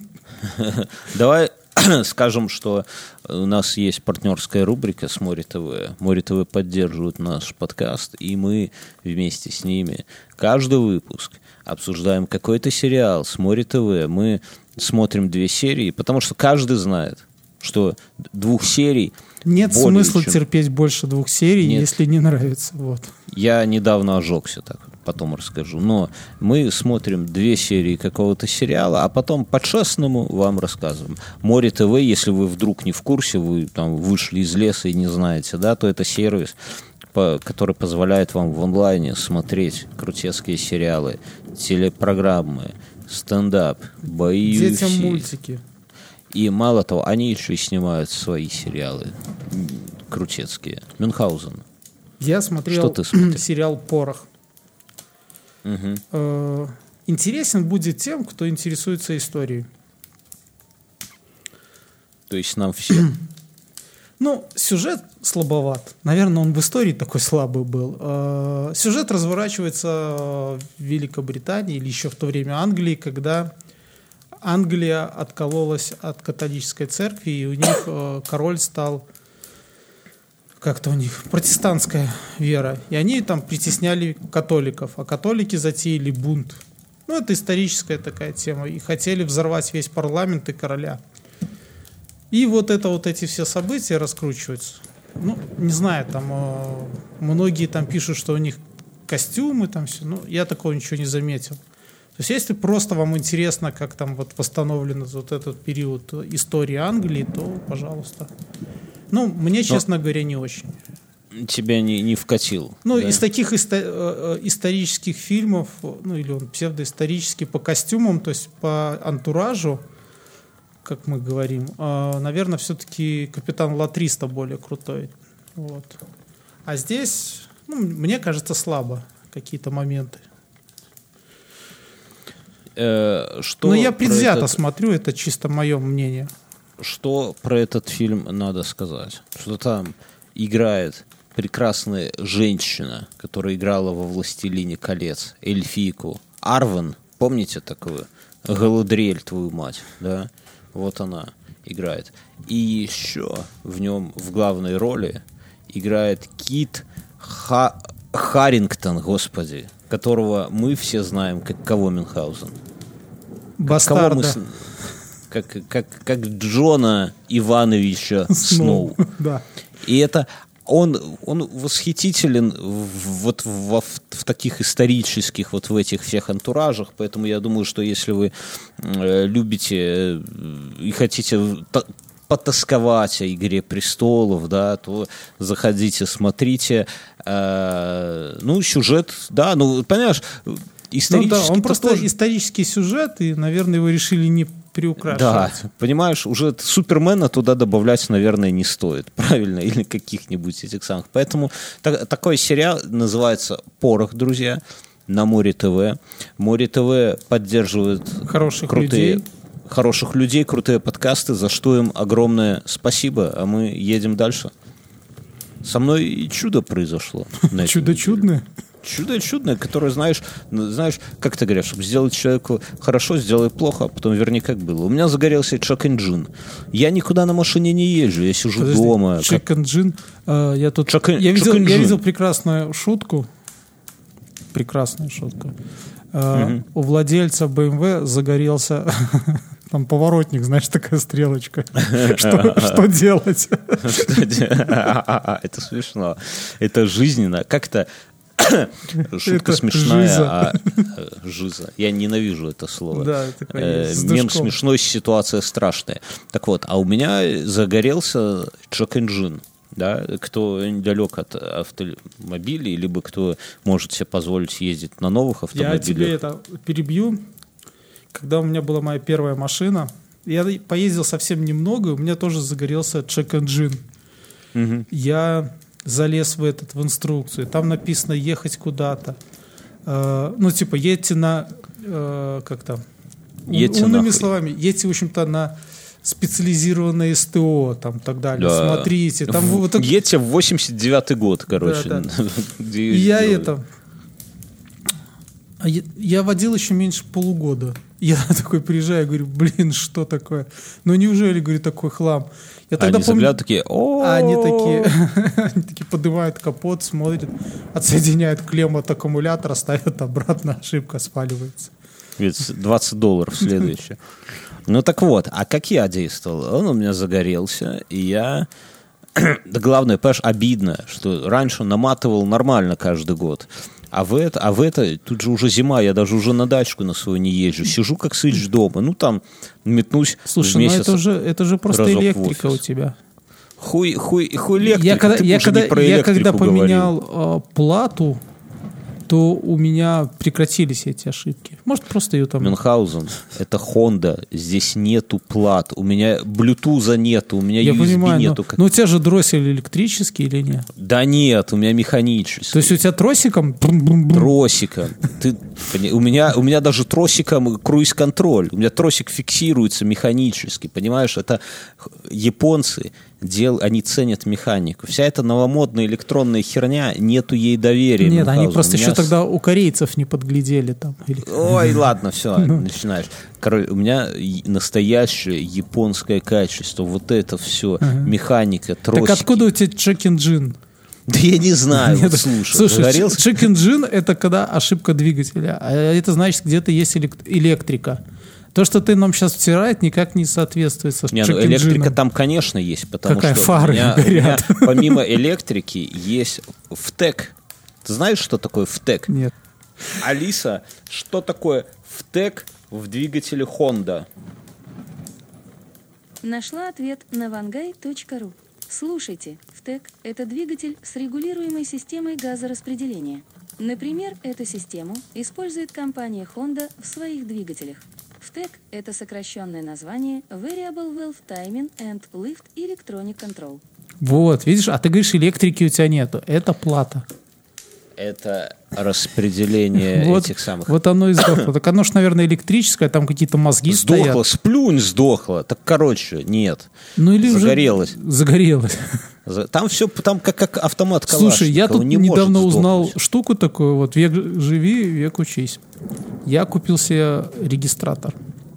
Давай скажем, что у нас есть партнерская рубрика с Море ТВ. Море ТВ поддерживает наш подкаст, и мы вместе с ними каждый выпуск обсуждаем какой-то сериал с Море ТВ. Мы смотрим две серии, потому что каждый знает, что двух серий Нет более смысла чем- терпеть больше двух серий, Нет. если не нравится. Вот. Я недавно ожегся, так потом расскажу. Но мы смотрим две серии какого-то сериала, а потом по-честному вам рассказываем. Море ТВ, если вы вдруг не в курсе, вы там вышли из леса и не знаете, да, то это сервис, по- который позволяет вам в онлайне смотреть крутецкие сериалы, телепрограммы, стендап, бои Детям ю эф си. мультики. И мало того, они еще и снимают свои сериалы м, крутецкие. Мюнхгаузен. Я смотрел Что ты смотрел? сериал «Порох». Мгм. Э, Интересен будет тем, кто интересуется историей. То есть нам все. Ну, сюжет слабоват. Наверное, он в истории такой слабый был. Э, Сюжет разворачивается в Великобритании или еще в то время Англии, когда Англия откололась от католической церкви, и у них э, король стал, как-то у них, протестантская вера. И они там притесняли католиков, а католики затеяли бунт. Ну, это историческая такая тема. И хотели взорвать весь парламент и короля. И вот это вот эти все события раскручиваются. Ну, не знаю, там э, многие там пишут, что у них костюмы, там все. Ну, я такого ничего не заметил. То есть, если просто вам интересно, как там вот восстановлен вот этот период истории Англии, то, пожалуйста. Ну, мне, честно говоря, не очень. Тебя не, не вкатил. Ну, да? из таких исто- э, э, исторических фильмов, ну, или он псевдоисторический, по костюмам, то есть по антуражу, как мы говорим, э, наверное, все-таки «Капитан Латриста» более крутой. Вот. А здесь, ну, мне кажется, слабо какие-то моменты. Э, что Но я про предвзято этот- смотрю, это чисто мое мнение. Что про этот фильм надо сказать? Что там играет прекрасная женщина, которая играла во «Властелине колец», эльфийку Арвен, помните такую? Галадриэль, твою мать, да? Вот она играет. И еще в нем в главной роли играет Кит Ха- Харингтон, господи, которого мы все знаем как кого, Мюнхгаузен? Кого мы Бастарда. с- как, как, как Джона Ивановича Сноу. Да. И это он, он восхитителен в, вот во- в, в таких исторических, вот в этих всех антуражах, поэтому я думаю, что если вы э, любите э, и хотите та- потасковать о «Игре престолов», да, то заходите, смотрите. Э, ну, сюжет, да, ну, понимаешь, Ну исторически да, он просто тоже... исторический сюжет, и, наверное, его решили не Да, приукрашивать. понимаешь, уже Супермена туда добавлять, наверное, не стоит, правильно? Или каких-нибудь этих самых. Поэтому так- такой сериал называется «Порох», друзья, на Море ТВ. Море ТВ поддерживает Хороших крутые, людей. хороших людей, крутые подкасты, за что им огромное спасибо. А мы едем дальше. Со мной и чудо произошло. на этой Чудо неделе. чудное. Чудо чудное, которое, знаешь, ну, знаешь, как ты говоришь, чтобы сделать человеку хорошо, сделай плохо, а потом верни, как было. У меня загорелся чек-энджин. Я никуда на машине не езжу, я сижу Подожди, дома. как- Chicken Gin. Э, Я тут Chicken- я видел, Chicken я Gin. видел прекрасную шутку. Прекрасную шутку. Э, У владельца бэ эм вэ загорелся там поворотник, знаешь, такая стрелочка. Что что делать? Это смешно. Это жизненно. Как-то шутка Это смешная, жиза. а э, жиза. Я ненавижу это слово. Да, такое Э, есть, с Мем душком. смешной, ситуация страшная. Так вот, а у меня загорелся чек-энджин. Да, кто недалек от автомобилей, либо кто может себе позволить ездить на новых Я автомобилях. тебе это перебью. Когда у меня была моя первая машина, я поездил совсем немного, и у меня тоже загорелся check-engine. Мгм. Я залез в этот, в инструкцию. Там написано ехать куда-то. Э, ну, типа, едьте на... э, как там? Ум- Едьте умными нахуй. словами. Едьте, в общем-то, на специализированное эс тэ о, там, так далее. Да. Смотрите. Там В- вот так- Едьте в восемьдесят девятый год, короче. Да, где И её я сделали. это... а Я, я водил еще меньше полугода. Я такой приезжаю, говорю, блин, что такое? Ну неужели, говорю, такой хлам? Я тогда Они помню... заглядывают такие, о А они такие, они такие поднимают капот, смотрят, отсоединяют клемму от аккумулятора, ставят обратно, ошибка спаливается. Ведь двадцать долларов следующее. Ну так вот, а как я действовал? Он у меня загорелся, и я... Да главное, понимаешь, обидно, что раньше наматывал нормально каждый год. А в, это, а в это, тут же уже зима, я даже уже на дачку на свою не езжу. Сижу как сыч дома. Ну там метнусь Слушай, в ну месяц. это же, это же просто разок в электрика у офис. тебя. Хуй, хуй, хуй электрик. Я когда, Ты я уже когда, не про я когда электрику говорил. поменял э, плату, то у меня прекратились эти ошибки. Может, просто ее там... Мюнхгаузен, это Honda, здесь нету плат, у меня Bluetooth нету, у меня Я ю эс би понимаю, но, нету. Как- но у тебя же дроссель электрический или нет? Да нет, у меня механический. То есть у тебя тросиком... брум-брум-брум. Тросиком. Ты, пони- у, меня, у меня даже тросиком круиз-контроль. У меня тросик фиксируется механически. Понимаешь, это х- японцы, дел, они ценят механику. Вся эта новомодная электронная херня, нету ей доверия. Нет, они Мюнхгаузен. просто У меня еще с- тогда у корейцев не подглядели там. Или... Ой, ладно, все, начинаешь. Короче, у меня и- настоящее японское качество. Вот это все. Механика, тросики. Так откуда у тебя check-engine? Да я не знаю, вот Нет, слушай. Слушай, загорелся- check-engine — это когда ошибка двигателя. А это значит, где-то есть элек- электрика. То, что ты нам сейчас втирает, никак не соответствует со Не, ну check-engine. электрика там, конечно, есть, потому Какая что фары у меня, горят. у меня помимо электрики есть ВТЭК. Ты знаешь, что такое ВТЭК? Нет. Алиса, что такое ВТЭК в двигателе Honda? Нашла ответ на вангай точка ру. Слушайте, ВТЭК – это двигатель с регулируемой системой газораспределения. Например, эту систему использует компания Honda в своих двигателях. ВТЭК – это сокращенное название Variable Valve Timing and Lift Electronic Control. Вот, видишь, а ты говоришь, электрики у тебя нету. Это плата. Это распределение вот, этих самых... Вот оно и сдохло. Так оно ж, наверное, электрическое, там какие-то мозги Сдохло, стоят. сплюнь, сдохло. Так, короче, нет. Ну, или загорелось. Уже загорелось. Там все, там как, как автомат Калашникова. Слушай, я тут не недавно может узнал сдохнуть. штуку такую, вот век живи, век учись. Я купил себе регистратор.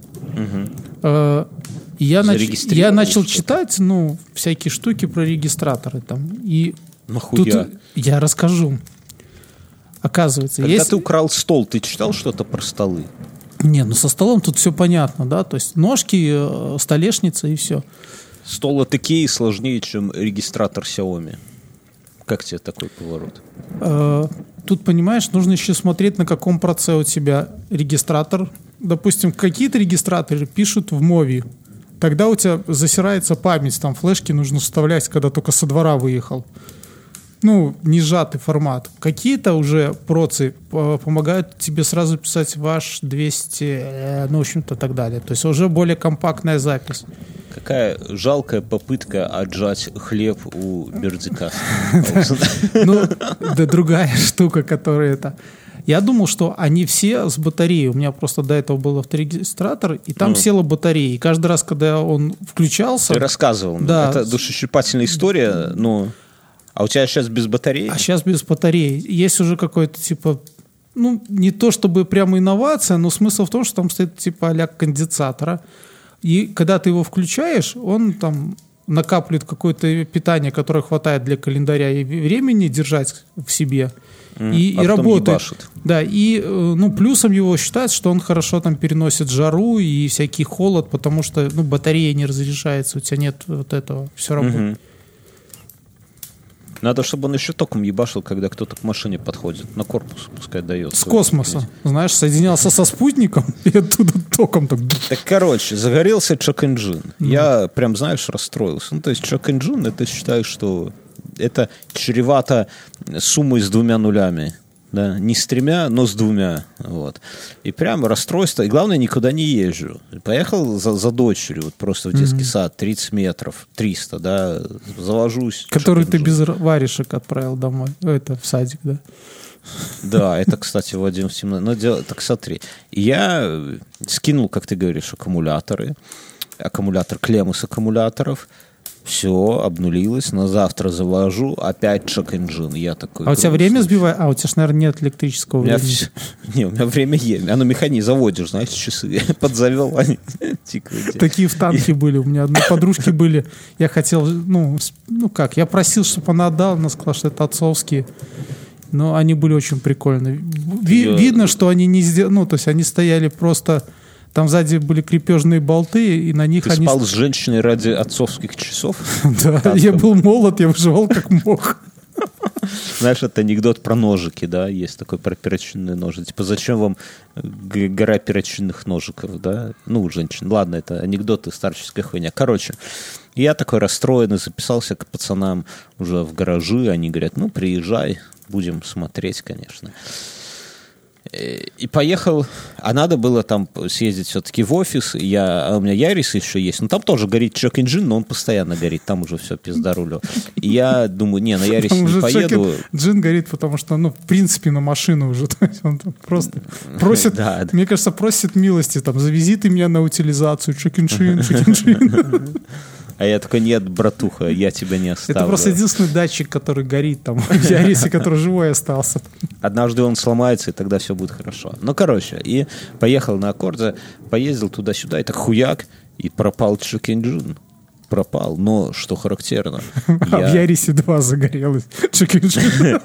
Угу. Я, нач... я начал читать, ну, всякие штуки про регистраторы там. И Нахуя? Тут я расскажу. Оказывается, Когда есть... ты украл стол, ты читал что-то про столы? Не, ну со столом тут все понятно, да, то есть ножки, столешница и все. Стол от Икеи сложнее, чем регистратор Xiaomi. Как тебе такой поворот? Тут, понимаешь, нужно еще смотреть, на каком проце у тебя регистратор. Допустим, какие-то регистраторы пишут в мови. Тогда у тебя засирается память, там флешки нужно вставлять, когда только со двора выехал. Ну, не сжатый формат. Какие-то уже процы помогают тебе сразу писать ваш двести, ну, в общем-то, так далее. То есть уже более компактная запись. Какая жалкая попытка отжать хлеб у Бердика. Ну, да другая штука, которая это... Я думал, что они все с батареей. У меня просто до этого был авторегистратор, и там села батарея. И каждый раз, когда он включался... Ты рассказывал. Да. Это душещипательная история, но... А у тебя сейчас без батареи? А сейчас без батареи. Есть уже какой-то, типа, ну, не то чтобы прямо инновация, но смысл в том, что там стоит, типа, а-ля конденсатора. И когда ты его включаешь, он там накапливает какое-то питание, которое хватает для календаря и времени держать в себе. Mm, и, а и работает. Ебашит. Да, и ну, плюсом его считается, что он хорошо там переносит жару и всякий холод, потому что ну, батарея не разряжается, у тебя нет вот этого, все работает. Mm-hmm. Надо, чтобы он еще током ебашил, когда кто-то к машине подходит. На корпус пускай дает. С космоса. Знаешь, соединялся со спутником и оттуда током так... Так, короче, загорелся check-engine. Mm. Я прям, знаешь, расстроился. Ну, то есть check-engine, это считаю, что это чревато суммой с двумя нулями. Да? Не с тремя, но с двумя. Вот. И прям расстройство. И главное, никуда не езжу. Поехал за, за дочерью, вот просто в детский mm-hmm. сад, тридцать метров, триста, да, завожусь. Который ты без варежек отправил домой. Это в садик, да? Да, это, кстати, Вадим в темноте. Но дело, так смотри. Я скинул, как ты говоришь, аккумуляторы. Аккумулятор, клеммы с аккумуляторов. Все, обнулилось, на завтра завожу, опять check-engine. Я такой... А у тебя время сбивает? А, у тебя же, наверное, нет электрического времени. Все... Не, у меня время есть. Оно механизм заводишь, знаешь, часы. Подзавел, они тикают. Такие в танке были. У меня одной подружки были. Я хотел, ну, ну как, я просил, чтобы она отдала, она сказала, что это отцовские. Но они были очень прикольные. Ви- Я... Видно, что они не сделали, ну, то есть они стояли просто... Там сзади были крепежные болты, и на них Ты они... спал с женщиной ради отцовских часов? Да, я был молод, я выживал как мог. Знаешь, это анекдот про ножики, да, есть такой про перочинные ножи. Типа, зачем вам гора перочинных ножиков, да? Ну, у женщин. Ладно, это анекдоты, старческая хуйня. Короче, я такой расстроенный, записался к пацанам уже в гаражи. Они говорят, ну, приезжай, будем смотреть, конечно. И поехал, а надо было там съездить все-таки в офис. Я, а у меня Ярис еще есть, но там тоже горит check-engine, но он постоянно горит, там уже все пиздарулю. И я думаю, не, на Ярисе не поеду. Check-engine горит, потому что, ну, в принципе, на машину уже. То есть он просто просит, да, мне кажется, просит милости, там, завези ты меня на утилизацию, check-engine, check-engine. А я такой, нет, братуха, я тебя не оставлю. Это просто единственный датчик, который горит там в Ярисе, который живой остался. Однажды он сломается, и тогда все будет хорошо. Ну, короче, и поехал на аккорде, поездил туда-сюда, и так хуяк, и пропал check-engine. Пропал, но что характерно. А я... в Ярисе два загорелось. Check-engine.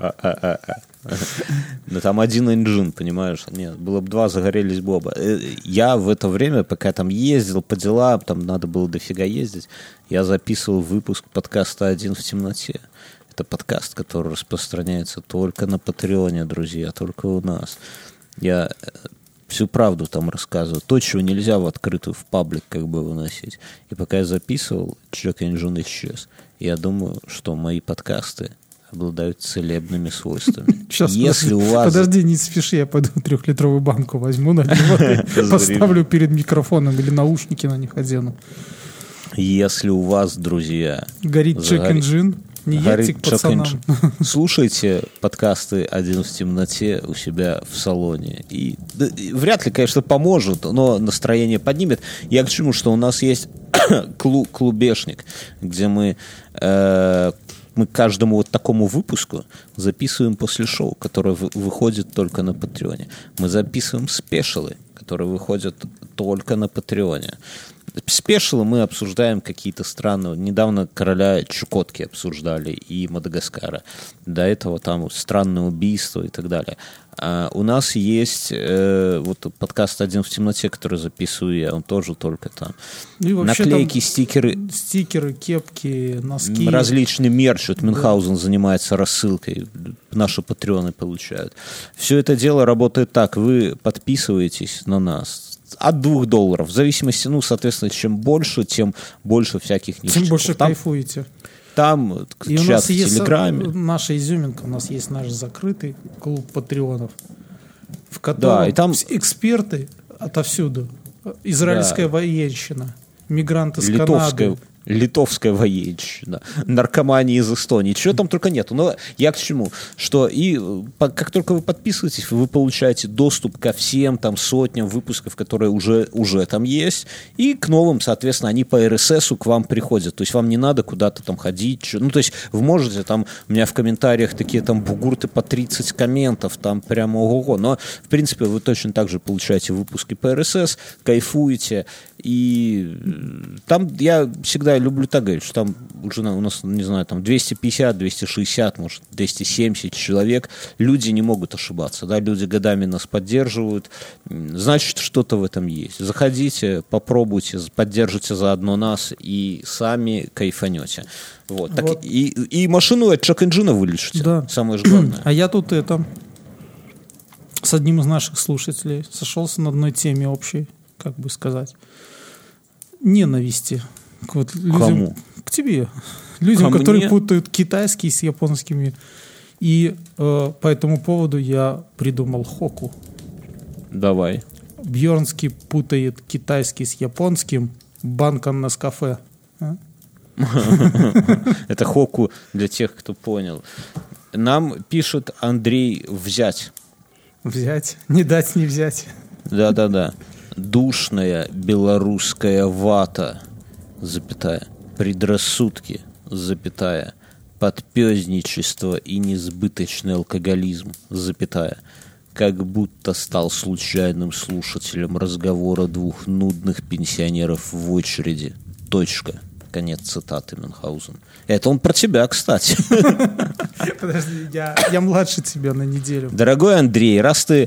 Ну, там один engine, понимаешь? Нет, было бы два, загорелись бы оба. Я в это время, пока я там ездил по делам, там надо было дофига ездить, я записывал выпуск подкаста «Один в темноте». Это подкаст, который распространяется только на Патреоне, друзья, только у нас. Я всю правду там рассказываю. То, чего нельзя в открытую, в паблик как бы выносить. И пока я записывал, check-engine исчез. Я думаю, что мои подкасты обладают целебными свойствами. Сейчас, если подожди, у вас... подожди, не спеши, я пойду трехлитровую банку возьму, наверное, поставлю перед микрофоном или наушники на них одену. Если у вас, друзья... Горит check-engine. Не Горит едьте к пацанам. Chuck and- Слушайте подкасты «Один в темноте» у себя в салоне. И, да, и вряд ли, конечно, поможет, но настроение поднимет. Я к чему, что у нас есть клу- клубешник, где мы, э, мы каждому вот такому выпуску записываем после шоу, которое вы- выходит только на Патреоне. Мы записываем спешалы, которые выходят только на Патреоне. Спешилы мы обсуждаем какие-то странные. Недавно «Короля Чукотки» обсуждали и «Мадагаскара». До этого там странные убийства и так далее. А у нас есть э, вот подкаст «Один в темноте», который записываю я, он тоже только там. И вообще Наклейки, там стикеры. Стикеры, кепки, носки. Различный мерч. Вот Мюнхгаузен занимается рассылкой. Наши патреоны получают. Все это дело работает так. Вы подписываетесь на нас от двух долларов. В зависимости, ну, соответственно, чем больше, тем больше всяких ништяков. Тем больше там, кайфуете. Там И чат у нас в есть Телеграме. наша изюминка, у нас есть наш закрытый клуб патреонов, в котором Да, и там эксперты отовсюду. Израильская Да. военщина, мигранты с Литовская, Канады. литовская военщина, наркомания из Эстонии, чего там только нету. Но я к чему? Что и по- как только вы подписываетесь, вы получаете доступ ко всем там сотням выпусков, которые уже, уже там есть, и к новым, соответственно, они по эр эс эсу к вам приходят. То есть вам не надо куда-то там ходить. чё- Ну, то есть вы можете там, у меня в комментариях такие там бугурты по тридцать комментов, там прямо ого-го. Но, в принципе, вы точно так же получаете выпуски по эр эс эс, кайфуете. И там я всегда люблю так говорить, что там уже у нас, не знаю, там двести пятьдесят, двести шестьдесят, может, двести семьдесят человек. Люди не могут ошибаться, да, люди годами нас поддерживают. Значит, что-то в этом есть. Заходите, попробуйте, поддержите заодно нас и сами кайфанете. Вот. Так Вот. И, и машину от Chuck Engine вылечите. Да. Самое же главное. А я тут это с одним из наших слушателей сошелся на одной теме общей, как бы сказать, ненависти к вот людям, Кому? к тебе, людям, Ко которые мне? путают китайский с японскими. И э, по этому поводу я придумал хоку. Давай. Бьернский путает китайский с японским банком Нескафе. А? Это хоку для тех, кто понял. Нам пишет Андрей взять. Взять, не дать, не взять. Да-да-да. Душная белорусская вата, запятая, предрассудки, запятая, подпёзничество и несбыточный алкоголизм, запятая, как будто стал случайным слушателем разговора двух нудных пенсионеров в очереди. Точка. Конец цитаты Мюнхгаузен. Это он про тебя, кстати. Подожди, я, я младше тебя на неделю. Дорогой Андрей, раз ты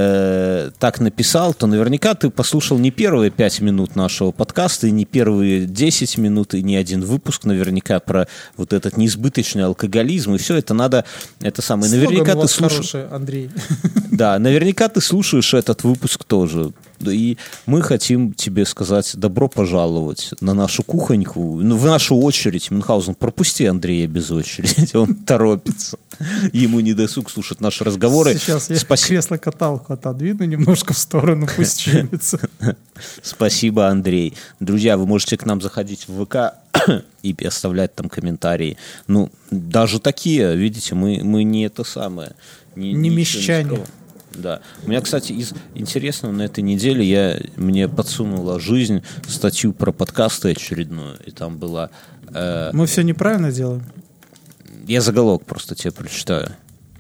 э, так написал, то наверняка ты послушал не первые пять минут нашего подкаста, и не первые десять минут, и не один выпуск наверняка про вот этот неизбыточный алкоголизм, и все это надо, это самое, Слоган наверняка у ты вас слушаешь. хороший, Андрей. Да, наверняка ты слушаешь этот выпуск тоже. И мы хотим тебе сказать добро пожаловать на нашу кухоньку, ну, в нашу очередь. Мюнхгаузен, пропусти Андрея без очереди, он торопится. Ему не досуг слушать наши разговоры. Сейчас я Спасибо. кресло-каталку отодвину немножко в сторону, пусть чинится. Спасибо, Андрей. Друзья, вы можете к нам заходить в ВК и оставлять там комментарии. Ну, даже такие, видите, мы, мы не это самое. Не ничего мещане. скрываем. Да. У меня, кстати, из интересного на этой неделе я, мне подсунула жизнь статью про подкасты очередную, и там была... Э, Мы все неправильно делаем? я заголовок просто тебе прочитаю.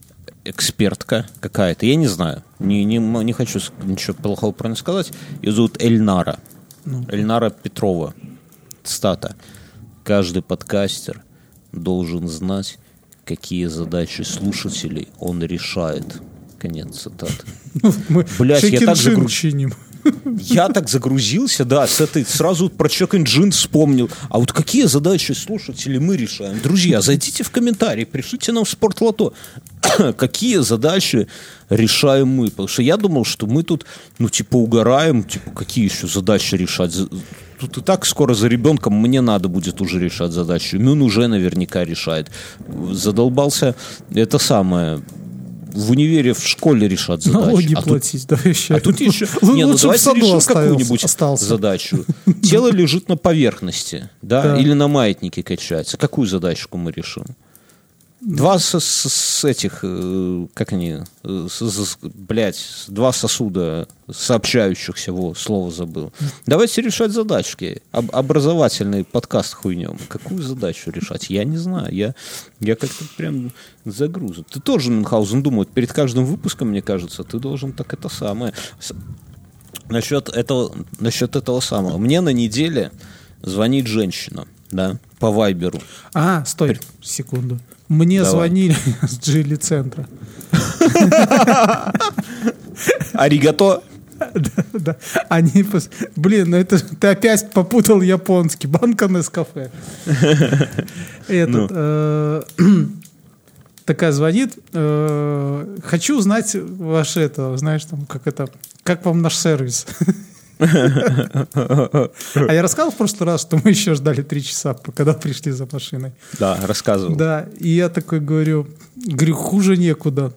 Экспертка какая-то, я не знаю, не, не, не хочу ничего плохого про нее сказать. Ее зовут Эльнара. Ну. Эльнара Петрова. Цитата. Каждый подкастер должен знать, какие задачи слушателей он решает. Конец цитаты. Ну, мы Блядь, я так шейкинджин загруз- чиним. Я так загрузился, да, с этой сразу про Chuck Engine вспомнил. А вот какие задачи слушателей мы решаем? Друзья, зайдите в комментарии, пришлите нам в Спортлото. Какие задачи решаем мы? Потому что я думал, что мы тут, ну, типа, угораем, типа, какие еще задачи решать? Тут и так скоро за ребенком мне надо будет уже решать задачи. Мюн уже наверняка решает. Задолбался это самое... в универе, в школе решат задачи. Налоги а платить, тут, да, еще. А тут еще... Л- Не, ну лучше давайте в саду решим оставился- какую-нибудь остался. задачу. Тело лежит на поверхности, да, Да. или на маятнике качается. Какую задачку мы решим? Два с, с- с этих, э, как они, э, с, с- блядь, два сосуда сообщающихся, во, слово забыл. Давайте решать задачки. Об- образовательный подкаст хуйнем. Какую задачу решать? Я не знаю. Я, я как-то прям загрузен. Ты тоже, Мюнхгаузен, думаю, перед каждым выпуском, мне кажется, ты должен так это самое. С- Насчет этого, насчет этого самого. Мне на неделе звонит женщина, да, по вайберу. А, стой, секунду. Мне Давай. звонили с Джили-центра. Аригато. Да. Они, пос- блин, ну это ж- ты опять попутал японский. Банка Нескафе. Этот, э, такая звонит. э, Хочу узнать ваше это, знаешь, там, как это, как вам наш сервис? А я рассказывал в прошлый раз, что мы еще ждали три часа, когда пришли за машиной. Да, рассказывал. Да, и я такой говорю, говорю, хуже некуда.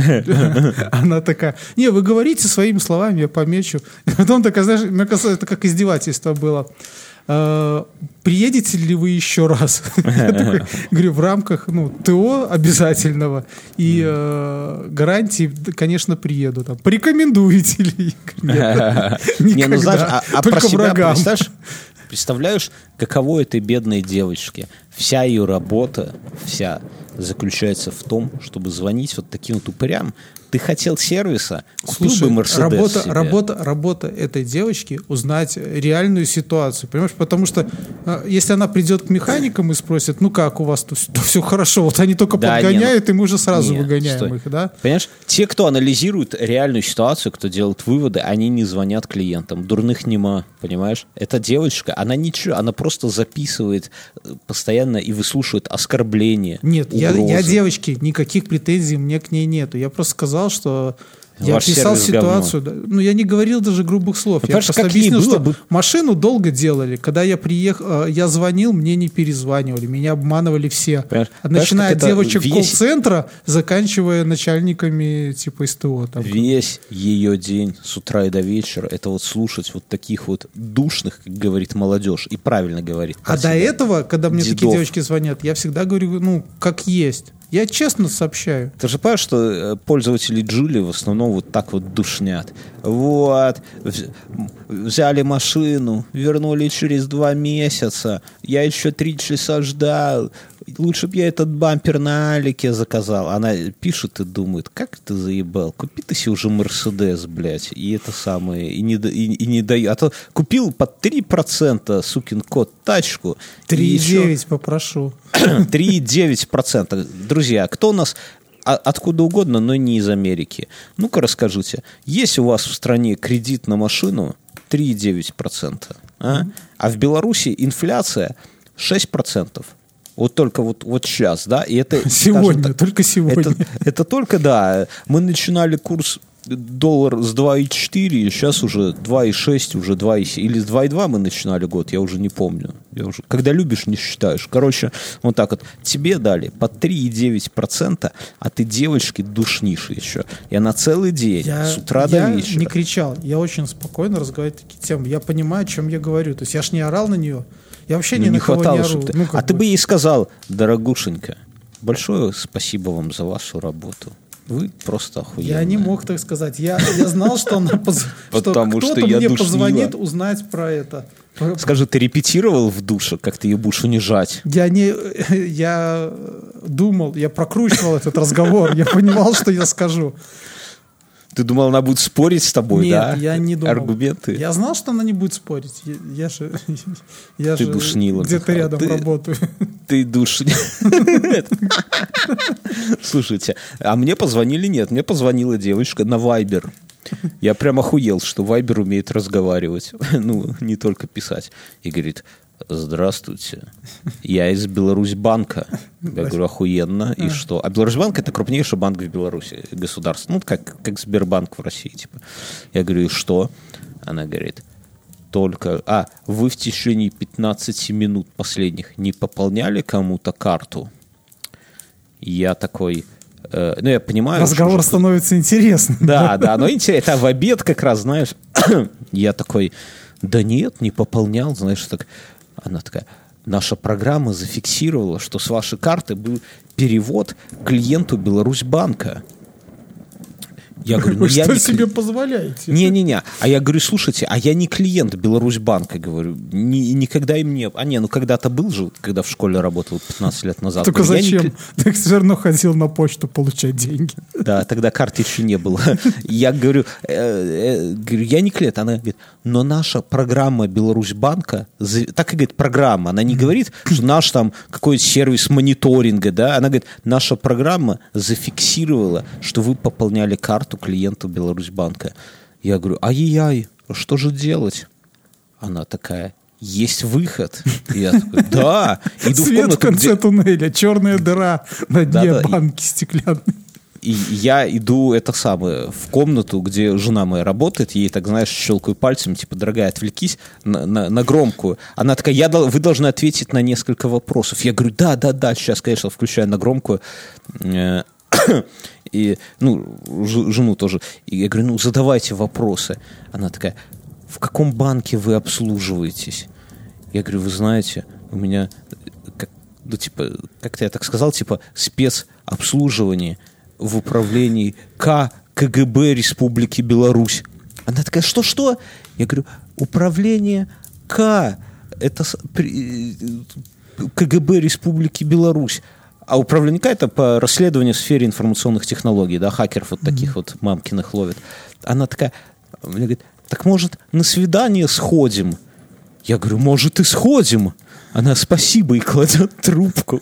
Она такая, не, вы говорите своими словами, я помечу. И потом такая, знаешь, мне кажется, это как издевательство было. «Э, Приедете ли вы еще раз? Я такой, говорю, в рамках ну, ТО обязательного и э, гарантии, да, конечно, приеду. Там, порекомендуете ли? Нет, Не, ну знаешь, никогда. а, а про Только себя врагам. представляешь, представляешь, каково этой бедной девочке? Вся ее работа, вся заключается в том, чтобы звонить вот таким вот упырям. Ты хотел сервиса, купил Слушай, бы Мерседес работа, себе. работа, работа этой девочки узнать реальную ситуацию, понимаешь? Потому что э, если она придет к механикам и спросит, ну как у вас тут все хорошо, вот они только Да, подгоняют, не, ну, и мы уже сразу не, выгоняем стой. их, да? Понимаешь, те, кто анализирует реальную ситуацию, кто делает выводы, они не звонят клиентам. Дурных нема, понимаешь? Эта девочка, она ничего, она просто записывает э, постоянно и выслушивает оскорбления, Нет, я, угрозы. я девочке, никаких претензий мне к ней нету. Я просто сказал, что я Ваш описал сервис ситуацию. Да. Ну, я не говорил даже грубых слов. Ну, Я понимаешь, просто как ей объяснил, было что бы- машину долго делали. Когда я приехал, я звонил, мне не перезванивали. Меня обманывали все. Понимаешь, От- Начиная как от это девочек весь- колл-центра, заканчивая начальниками типа СТО. Там. Весь ее день с утра и до вечера это вот слушать вот таких вот душных, как говорит молодежь, и правильно говорит. А про до себя. этого, когда мне такие Дедов. девочки звонят, я всегда говорю, ну, как есть. Я честно сообщаю. Ты же понимаешь, что э, пользователи Джили в основном вот так вот душнят. Вот, вз- взяли машину, вернули через два месяца, я еще три часа ждал, лучше бы я этот бампер на Алике заказал. Она пишет и думает, как ты заебал, купи ты себе уже Мерседес, блядь, и это самое, и не, да- и, и не даю. А то купил под три процента, сукин кот, тачку. и три и еще- девять попрошу. три и девять процента. Друзья, кто у нас а- откуда угодно, но не из Америки? Ну-ка расскажите, есть у вас в стране кредит на машину три и девять процента, а? А в Беларуси инфляция шесть процентов. Вот только вот, вот сейчас, да? И это, скажем Сегодня, так, только сегодня. это, это только, да. Мы начинали курс доллар с два и четыре, сейчас уже два и шесть, уже два и семь. Или с два и два мы начинали год, я уже не помню. Я уже, когда любишь, не считаешь. Короче, вот так вот. Тебе дали по три и девять процента, а ты девочки душнишь еще. И она целый день, Я, с утра я до вечера. не кричал, я очень спокойно разговариваю на такие темы. Я понимаю, о чем я говорю. То есть я ж не орал на нее. Я вообще Ну, ни не на кого не хватало, ору. чтобы ты... Ну, как А ты бы ей сказал, дорогушенька, большое спасибо вам за вашу работу. Вы просто охуенные. Я не мог так сказать. Я, я знал, что она поз- что Потому кто-то что я мне душнила. позвонит узнать про это. Скажи, ты репетировал в душе, как ты ее будешь унижать? Я не, я думал, я прокручивал этот разговор, я понимал, что я скажу. Ты думал, она будет спорить с тобой, Нет, да? я не думал. Аргументы? Я знал, что она не будет спорить. Я, я же, я Ты же душнила, где-то Михаил. рядом Ты- работаю. Ты душ... Слушайте, а мне позвонили, нет, мне позвонила девочка на Вайбер. Я прям охуел, что Вайбер умеет разговаривать. Ну, не только писать. И говорит, здравствуйте, я из Беларусьбанка. Я говорю, охуенно, и что? А Беларусьбанк — это крупнейший банк в Беларуси, государство. Ну, как, как Сбербанк в России, типа. Я говорю, и что? Она говорит, только... А, вы в течение пятнадцати минут последних не пополняли кому-то карту? Я такой... э, ну, я понимаю... Разговор что, становится интересным. Да, да, но интересно. Это в обед как раз, знаешь, я такой, да нет, не пополнял, знаешь, так... Она такая, наша программа зафиксировала, что с вашей карты был перевод клиенту Беларусьбанка. Я говорю, ну, вы я что не себе кли... позволяете? Не-не-не. А я говорю, слушайте, а я не клиент Беларусьбанка, говорю. Ни, никогда им не... А не, ну когда-то был же, когда в школе работал пятнадцать лет назад. Только говорю, зачем? Не... Ты все равно ходил на почту получать деньги. Да, тогда карты еще не было. Я говорю, э, э, говорю, я не клиент. Она говорит, но наша программа Беларусьбанка, так и говорит, программа, она не говорит, что наш там какой-то сервис мониторинга, да, она говорит, наша программа зафиксировала, что вы пополняли карту клиенту Беларусьбанка. Я говорю, ай-яй-яй, что же делать? Она такая, есть выход. Я такой, да. Иду Свет в, комнату, в конце где... туннеля, черная дыра на дне да, банки и... стеклянной. И я иду, это самое, в комнату, где жена моя работает, ей так, знаешь, щелкаю пальцем, типа, дорогая, отвлекись на, на, на громкую. Она такая, я, вы должны ответить на несколько вопросов. Я говорю, да, да, да, сейчас, конечно, включаю на громкую. И, ну, жену тоже. И я говорю, ну, задавайте вопросы. Она такая, в каком банке вы обслуживаетесь? Я говорю, вы знаете, у меня, как, ну, типа, как-то я так сказал, типа, спецобслуживание в управлении К КГБ Республики Беларусь. Она такая, что-что? Я говорю, управление К, это КГБ Республики Беларусь. А управление К это по расследованию в сфере информационных технологий, да, хакеров вот таких mm-hmm. вот мамкиных ловит. Она такая, мне говорит, так может на свидание сходим? Я говорю, может и сходим. Она спасибо и кладет трубку.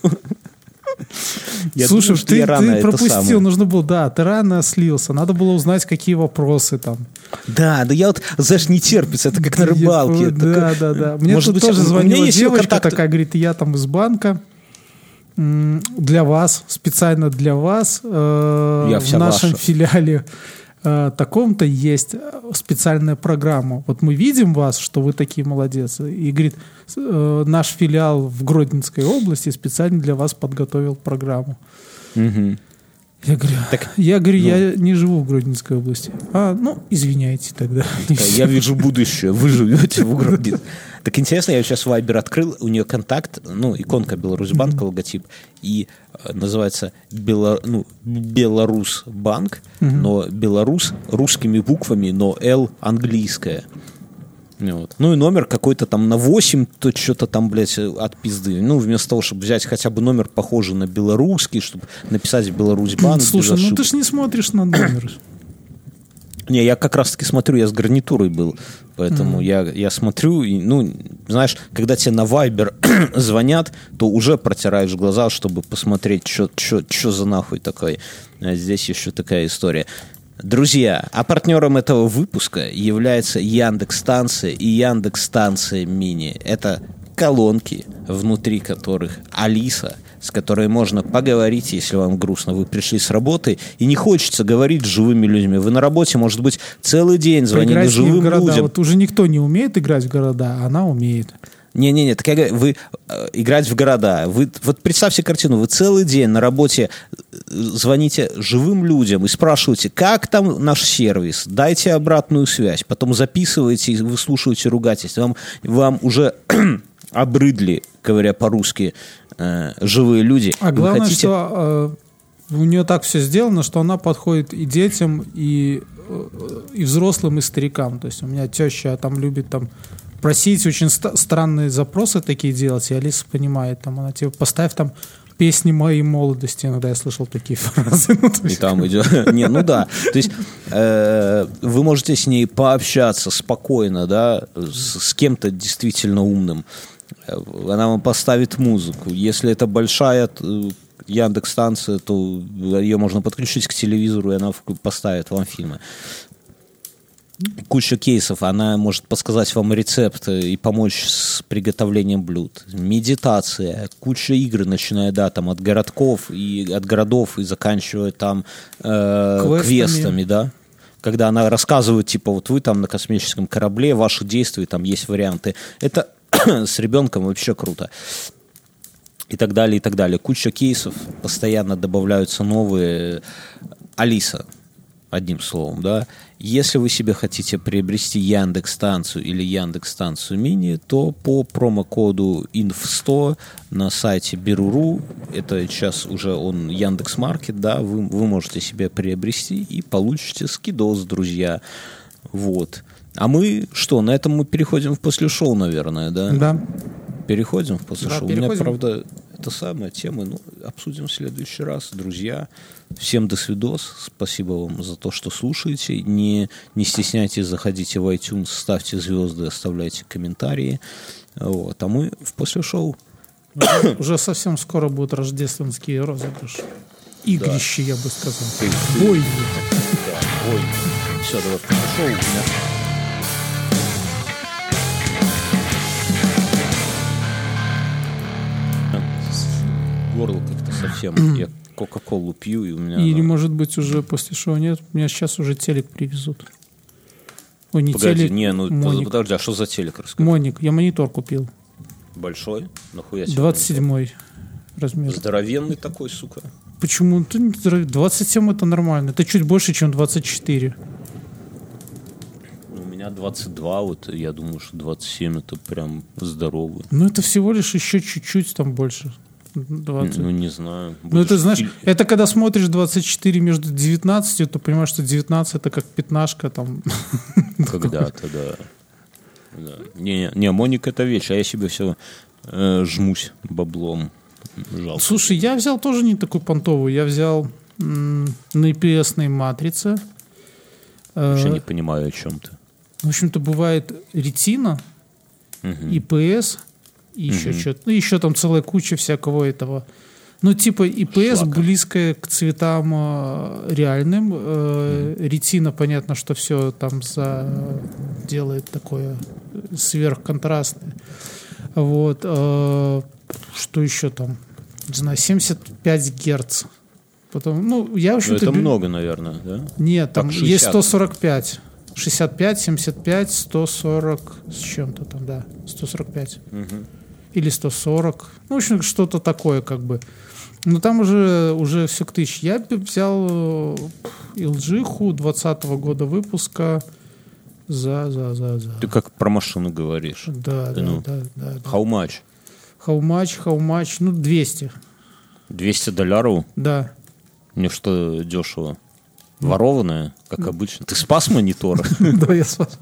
Я Слушай, думаю, ты, ты пропустил, нужно было, да, ты рано слился, надо было узнать, какие вопросы там. Да, да я вот, знаешь, не терпится, это как на рыбалке. Я, да, как... да, да. Мне тут быть, тоже звонила девочка контакт... такая, говорит, я там из банка, для вас, специально для вас, э, я в нашем ваша. филиале э, таком-то есть специальная программа. Вот мы видим вас, что вы такие молодцы. И говорит, э, наш филиал в Гродненской области специально для вас подготовил программу. Угу. Я говорю, так, я, говорю ну, я не живу в Гродненской области. А, ну, извиняйте тогда. Так, я вижу будущее. Вы живете в Гродненской. Так интересно, я сейчас Вайбер открыл, у нее контакт, ну, иконка Беларусьбанка, логотип, и называется Бело, ну, Беларусьбанк, но Беларус русскими буквами, но Л английская. Вот. Ну и номер какой-то там на восемь, то что-то там, блядь, от пизды. Ну, вместо того, чтобы взять хотя бы номер похожий на белорусский, чтобы написать Беларусьбанк. Слушай, ну ты ж не смотришь на номер. Не, я как раз-таки смотрю, я с гарнитурой был, поэтому mm-hmm. я, я смотрю, и, ну, знаешь, когда тебе на Вайбер звонят, то уже протираешь глаза, чтобы посмотреть, что за нахуй такой. А здесь еще такая история. Друзья, а партнером этого выпуска является Яндекс.Станция и Яндекс.Станция Мини. Это колонки, внутри которых Алиса, с которой можно поговорить, если вам грустно, вы пришли с работы, и не хочется говорить с живыми людьми. Вы на работе, может быть, целый день звонили живым людям. Вот уже никто не умеет играть в города, а она умеет. Не-не-не, так я говорю, вы э, играть в города. Вы, вот представьте картину, вы целый день на работе звоните живым людям и спрашиваете, как там наш сервис, дайте обратную связь, потом записываете и выслушиваете ругательства. Вам, вам уже обрыдли, говоря по-русски, э, живые люди. А главное, хотите... что э, у нее так все сделано, что она подходит и детям, и, э, и взрослым, и старикам. То есть у меня теща там любит там просить очень ст- странные запросы такие делать, и Алиса понимает, там она тебе поставь там песни моей молодости, иногда я слышал такие фразы. Ну, и там идет. Не, ну да. То есть э, вы можете с ней пообщаться спокойно, да, с, с кем-то действительно умным. Она вам поставит музыку. Если это большая Яндекс.Станция, то ее можно подключить к телевизору, и она поставит вам фильмы. Куча кейсов, она может подсказать вам рецепт и помочь с приготовлением блюд. Медитация, куча игр, начиная, да, там, от городков и от городов и заканчивая там э, квестами, да. Когда она рассказывает, типа, вот вы там на космическом корабле, ваши действия, там есть варианты. Это с ребенком вообще круто. и так далее, и так далее. Куча кейсов, постоянно добавляются новые. Алиса, одним словом, да. Если вы себе хотите приобрести Яндекс-станцию или Яндекс-станцию мини, то по промокоду инф сто на сайте Беру.ру, это сейчас уже он Яндекс.Маркет, да, вы, вы можете себе приобрести и получите скидос, друзья. Вот. А мы что, на этом мы переходим в после шоу, наверное, да? Да. Переходим в после Да, шоу. У меня, правда, это самая тема, ну, обсудим в следующий раз, друзья. Всем до свидос. Спасибо вам за то, что слушаете. Не, не стесняйтесь, заходите в iTunes, ставьте звезды, оставляйте комментарии. Вот. А мы в после шоу. Уже, уже совсем скоро будут рождественские розыгрыши. Игрищи, да. Я бы сказал. Бойни. Да, бойни. Все, давай в после шоу. У меня... горло как-то совсем. Я кока-колу пью, и у меня... Или, она... может быть, уже после шоу нет. Меня сейчас уже телек привезут. Ой, не Погоди, телек, не, ну моник. Подожди, а что за телек? Расскажи. Моник. Я монитор купил. Большой? Нахуя себе? двадцать седьмой размер. Здоровенный такой, сука. Почему? двадцать семь это нормально. Это чуть больше, чем двадцать четыре. У меня двадцать два, вот я думаю, что двадцать семь это прям здоровый. Ну, это всего лишь еще чуть-чуть там больше. двадцать. Ну, не знаю. Ну, это, знаешь, или... это когда смотришь двадцать четыре между девятнадцатью, то понимаешь, что девятнадцать это как пятнашка там. Когда-то, да. да. Не, не, Моник это вещь, а я себе все э, жмусь баблом. Жалко. Слушай, я взял тоже не такую понтовую. Я взял м- на ай пи эс-ной матрице. Вообще Э- не понимаю, о чем ты. В общем-то, бывает ретина, Угу. ай пи эс, и еще Мгм. что-то. Ну, еще там целая куча всякого этого. Ну, типа ай пи эс Шлака. близкая к цветам э, реальным. Э, ретина, понятно, что все там за... делает такое сверхконтрастное. Вот. Э, что еще там? Не знаю, семьдесят пять герц. Потом, ну, я, в Ну, общем-то... это бю- много, наверное, да? Нет, там Так, есть шестьдесят. сто сорок пять. шестьдесят пять, семьдесят пять, сто сорок с чем-то там, да. сто сорок пять. Угу. Или сто сорок. Ну, в общем, что-то такое, как бы. Но там уже, уже все к тысяче. Я б- взял эл джи-ху двадцатого года выпуска за, за, за, за. Ты как про машину говоришь. Да, да, ну. да, да, да. How much? How much, how much? Ну, двести. двести долларов? Да. Мне что, дешево? Ворованное, как обычно. Ты спас монитор? Да, я спас.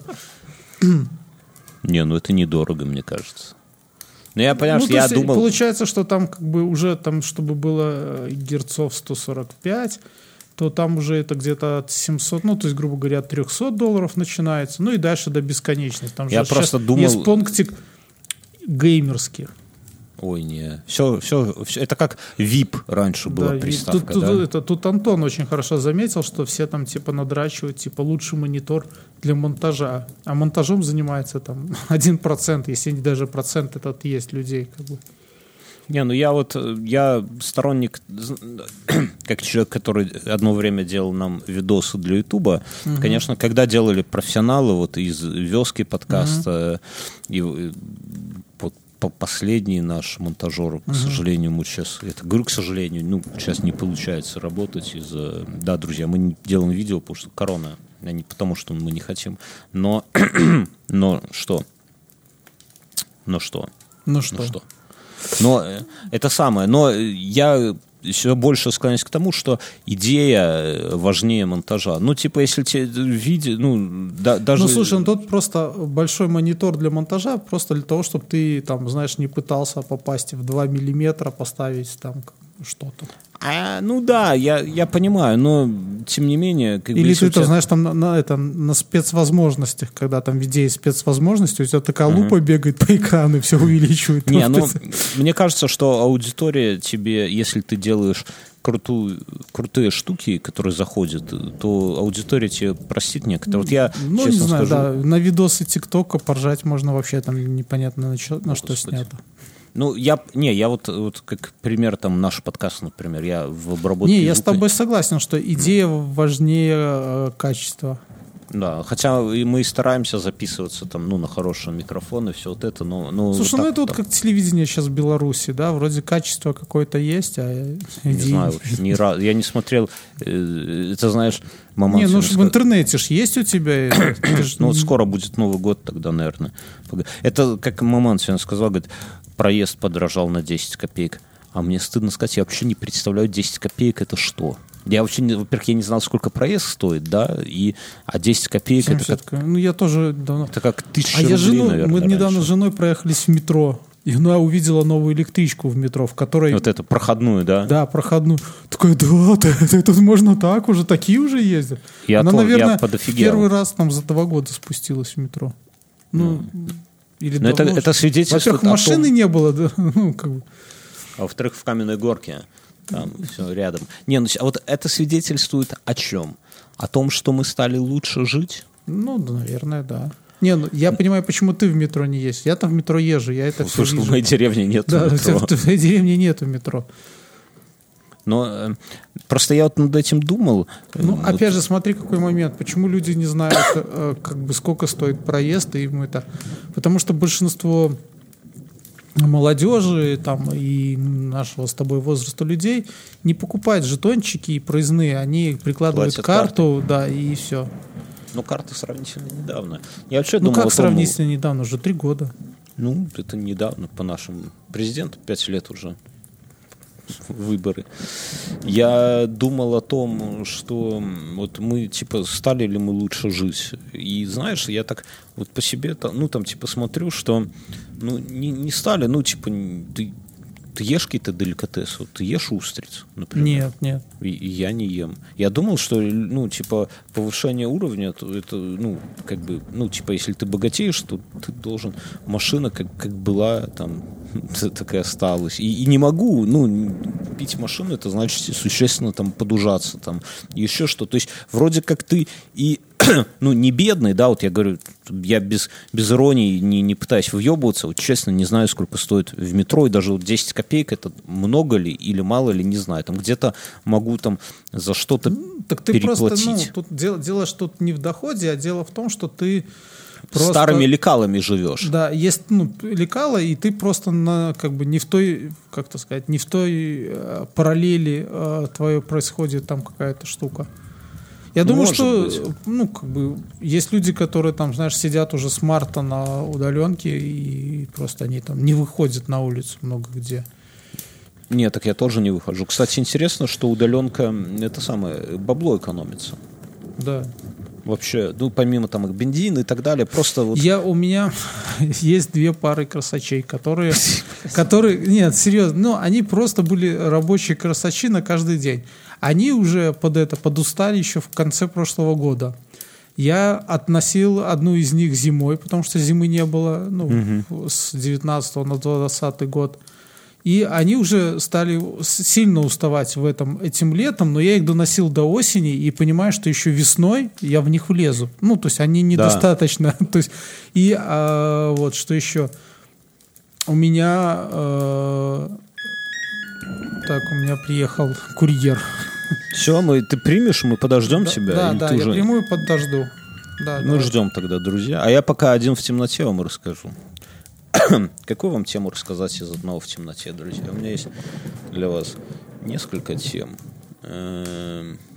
Не, ну это недорого, мне кажется. Ну я понял, Ну, что то я есть, думал... Получается, что там как бы уже, там, чтобы было э, герцов сто сорок пять, то там уже это где-то от семисот, ну, то есть, грубо говоря, от трехсот долларов начинается, ну и дальше до бесконечности. Там Я же просто щас думал- есть пунктик геймерский. Ой, не. Все, все, все, это как ви ай пи раньше была Да, и приставка, тут, тут, да? это, тут Антон очень хорошо заметил, что все там типа надрачивают, типа лучший монитор для монтажа. А монтажом занимается там один процент, если не даже процент этот есть людей. Как бы. Не, ну я вот, я сторонник, как человек, который одно время делал нам видосы для Ютуба, Мгм. конечно, когда делали профессионалы вот из Вёски подкаста, и, и вот по- последний наш монтажер, к сожалению, мы сейчас, это говорю, к сожалению, ну, сейчас не получается работать из-за, да, друзья, мы не делаем видео, потому что корона, а не потому, что мы не хотим, но, но что? Но что? Ну что? Ну что? Но э, это самое. Но я все больше склоняюсь к тому, что идея важнее монтажа. Ну, типа, если тебе виде, ну, да, даже... Ну, слушай, ну тут просто большой монитор для монтажа, просто для того, чтобы ты, там, знаешь, не пытался попасть в два миллиметра, поставить там что-то. А, ну да, я, я понимаю, но тем не менее... Как бы, Или если ты, у тебя- там, знаешь, там на, на, это, на спецвозможностях, когда там везде есть спецвозможности, у тебя такая лупа бегает по экрану и все увеличивает. Не, Там ну, спец- мне кажется, что аудитория тебе, если ты делаешь крутую, крутые штуки, которые заходят, то аудитория тебе простит некоторые. Вот я, Ну, честно не знаю, скажу, да, на видосы ТикТока поржать можно вообще там непонятно на, чё- на что Господи. снято. ну, я, не, я вот, вот как пример, там, наш подкаст, например, я в обработке Не, я с звука- тобой согласен, что идея важнее э, качества. Да, хотя и мы и стараемся записываться там, ну, на хорошем микрофоне, все вот это, но... но Слушай, вот ну так, это вот так. как телевидение сейчас в Беларуси, да, вроде качество какое-то есть, а... Не знаю вообще, ни разу. Я не смотрел, э, это знаешь, мама... Не, ну сказала, в интернете ж есть у тебя... ну вот скоро будет Новый год тогда, наверное. Это, как маман сегодня сказал, говорит, проезд подорожал на десять копеек. А мне стыдно сказать, я вообще не представляю, десять копеек это что? Я вообще, не, во-первых, я не знал, сколько проезд стоит, да, и, а десять копеек это как... Ну, я тоже давно... Это как тысяча А рублей, я жену, наверное, мы недавно раньше. с женой проехались в метро, и она увидела новую электричку в метро, в которой... Вот эту проходную, да? Да, проходную. Такая, да, это, тут можно так уже, такие уже ездят. Я Она, то- я наверное, подофигел. первый раз там за два года спустилась в метро. Ну, или Но это, давно это уже. свидетельствует Во-первых, о машины том- не было, да, ну, как бы. А во-вторых, в Каменной Горке, там все рядом. Не, ну а вот это свидетельствует о чем? О том, что мы стали лучше жить? Ну, да, наверное, да. Не, ну, я понимаю, почему ты в метро не ездишь. Я там в метро езжу, я это все Слушай, в вижу. моей деревне нет Да, у тебя метро. в твоей деревне нету метро. Но э, просто я вот над этим думал. Ну, Вот опять же, смотри, какой момент. Почему люди не знают, э, как бы сколько стоит проезд, и им это. Потому что большинство молодежи там, и нашего с тобой возраста людей не покупают жетончики и проездные. Они прикладывают Платят карту, да, и все. Ну, карты сравнительно недавно. Я вообще Ну, думал как о том, сравнительно недавно? Уже три года. Ну, это недавно, по нашему президенту, пять лет уже выборы. Я думал о том, что вот мы, типа, стали ли мы лучше жить. И, знаешь, я так вот по себе, ну, там, типа, смотрю, что, ну, не, не стали, ну, типа, ты, ты ешь какие-то деликатесы, вот ты ешь устриц, например. Нет, нет. И, и я не ем. Я думал, что, ну, типа, повышение уровня, то это, ну, как бы, ну, типа, если ты богатеешь, то ты должен... Машина как, как была, там, так и осталась. И, и не могу, ну, купить машину, это значит существенно, там, подужаться, там, и еще что. То есть, вроде как ты и... ну, не бедный, да, вот я говорю, я без, без иронии не, не пытаюсь въебываться, вот честно, не знаю, сколько стоит в метро, и даже вот десять копеек, это много ли или мало ли, не знаю, там где-то могу там за что-то Так ты переплатить. просто, ну, тут дело, дело ж тут не в доходе, а дело в том, что ты просто... Старыми лекалами живешь. Да, есть, ну, лекало, и ты просто на, как бы, не в той, как то сказать, не в той э, параллели э, твое происходит там какая-то штука. Я думаю, Может что, быть. ну, как бы, есть люди, которые там, знаешь, сидят уже с марта на удаленке, и просто они там не выходят на улицу много где. Нет, так я тоже не выхожу. Кстати, интересно, что удаленка, это самое, бабло экономится. Да. Вообще, ну, помимо там их бензина и так далее, просто вот... Я, у меня есть две пары красачей, которые, которые, нет, серьезно, ну, они просто были рабочие красачи на каждый день. Они уже под это подустали еще в конце прошлого года. Я относил одну из них зимой, потому что зимы не было, ну, угу. с девятнадцатого на двадцатый год. И они уже стали сильно уставать в этом этим летом, но я их доносил до осени и понимаю, что еще весной я в них влезу. Ну, то есть они недостаточно. Да. То есть, и а, вот что еще. У меня а, так, у меня приехал курьер. Все, мы, ты примешь, мы подождем да, тебя? Да, или да, ты я уже... приму и подожду. Да, мы давай. ждем тогда, друзья. А я пока один в темноте вам расскажу. Какую вам тему рассказать из одного в темноте, друзья? У меня есть для вас несколько тем. Эм...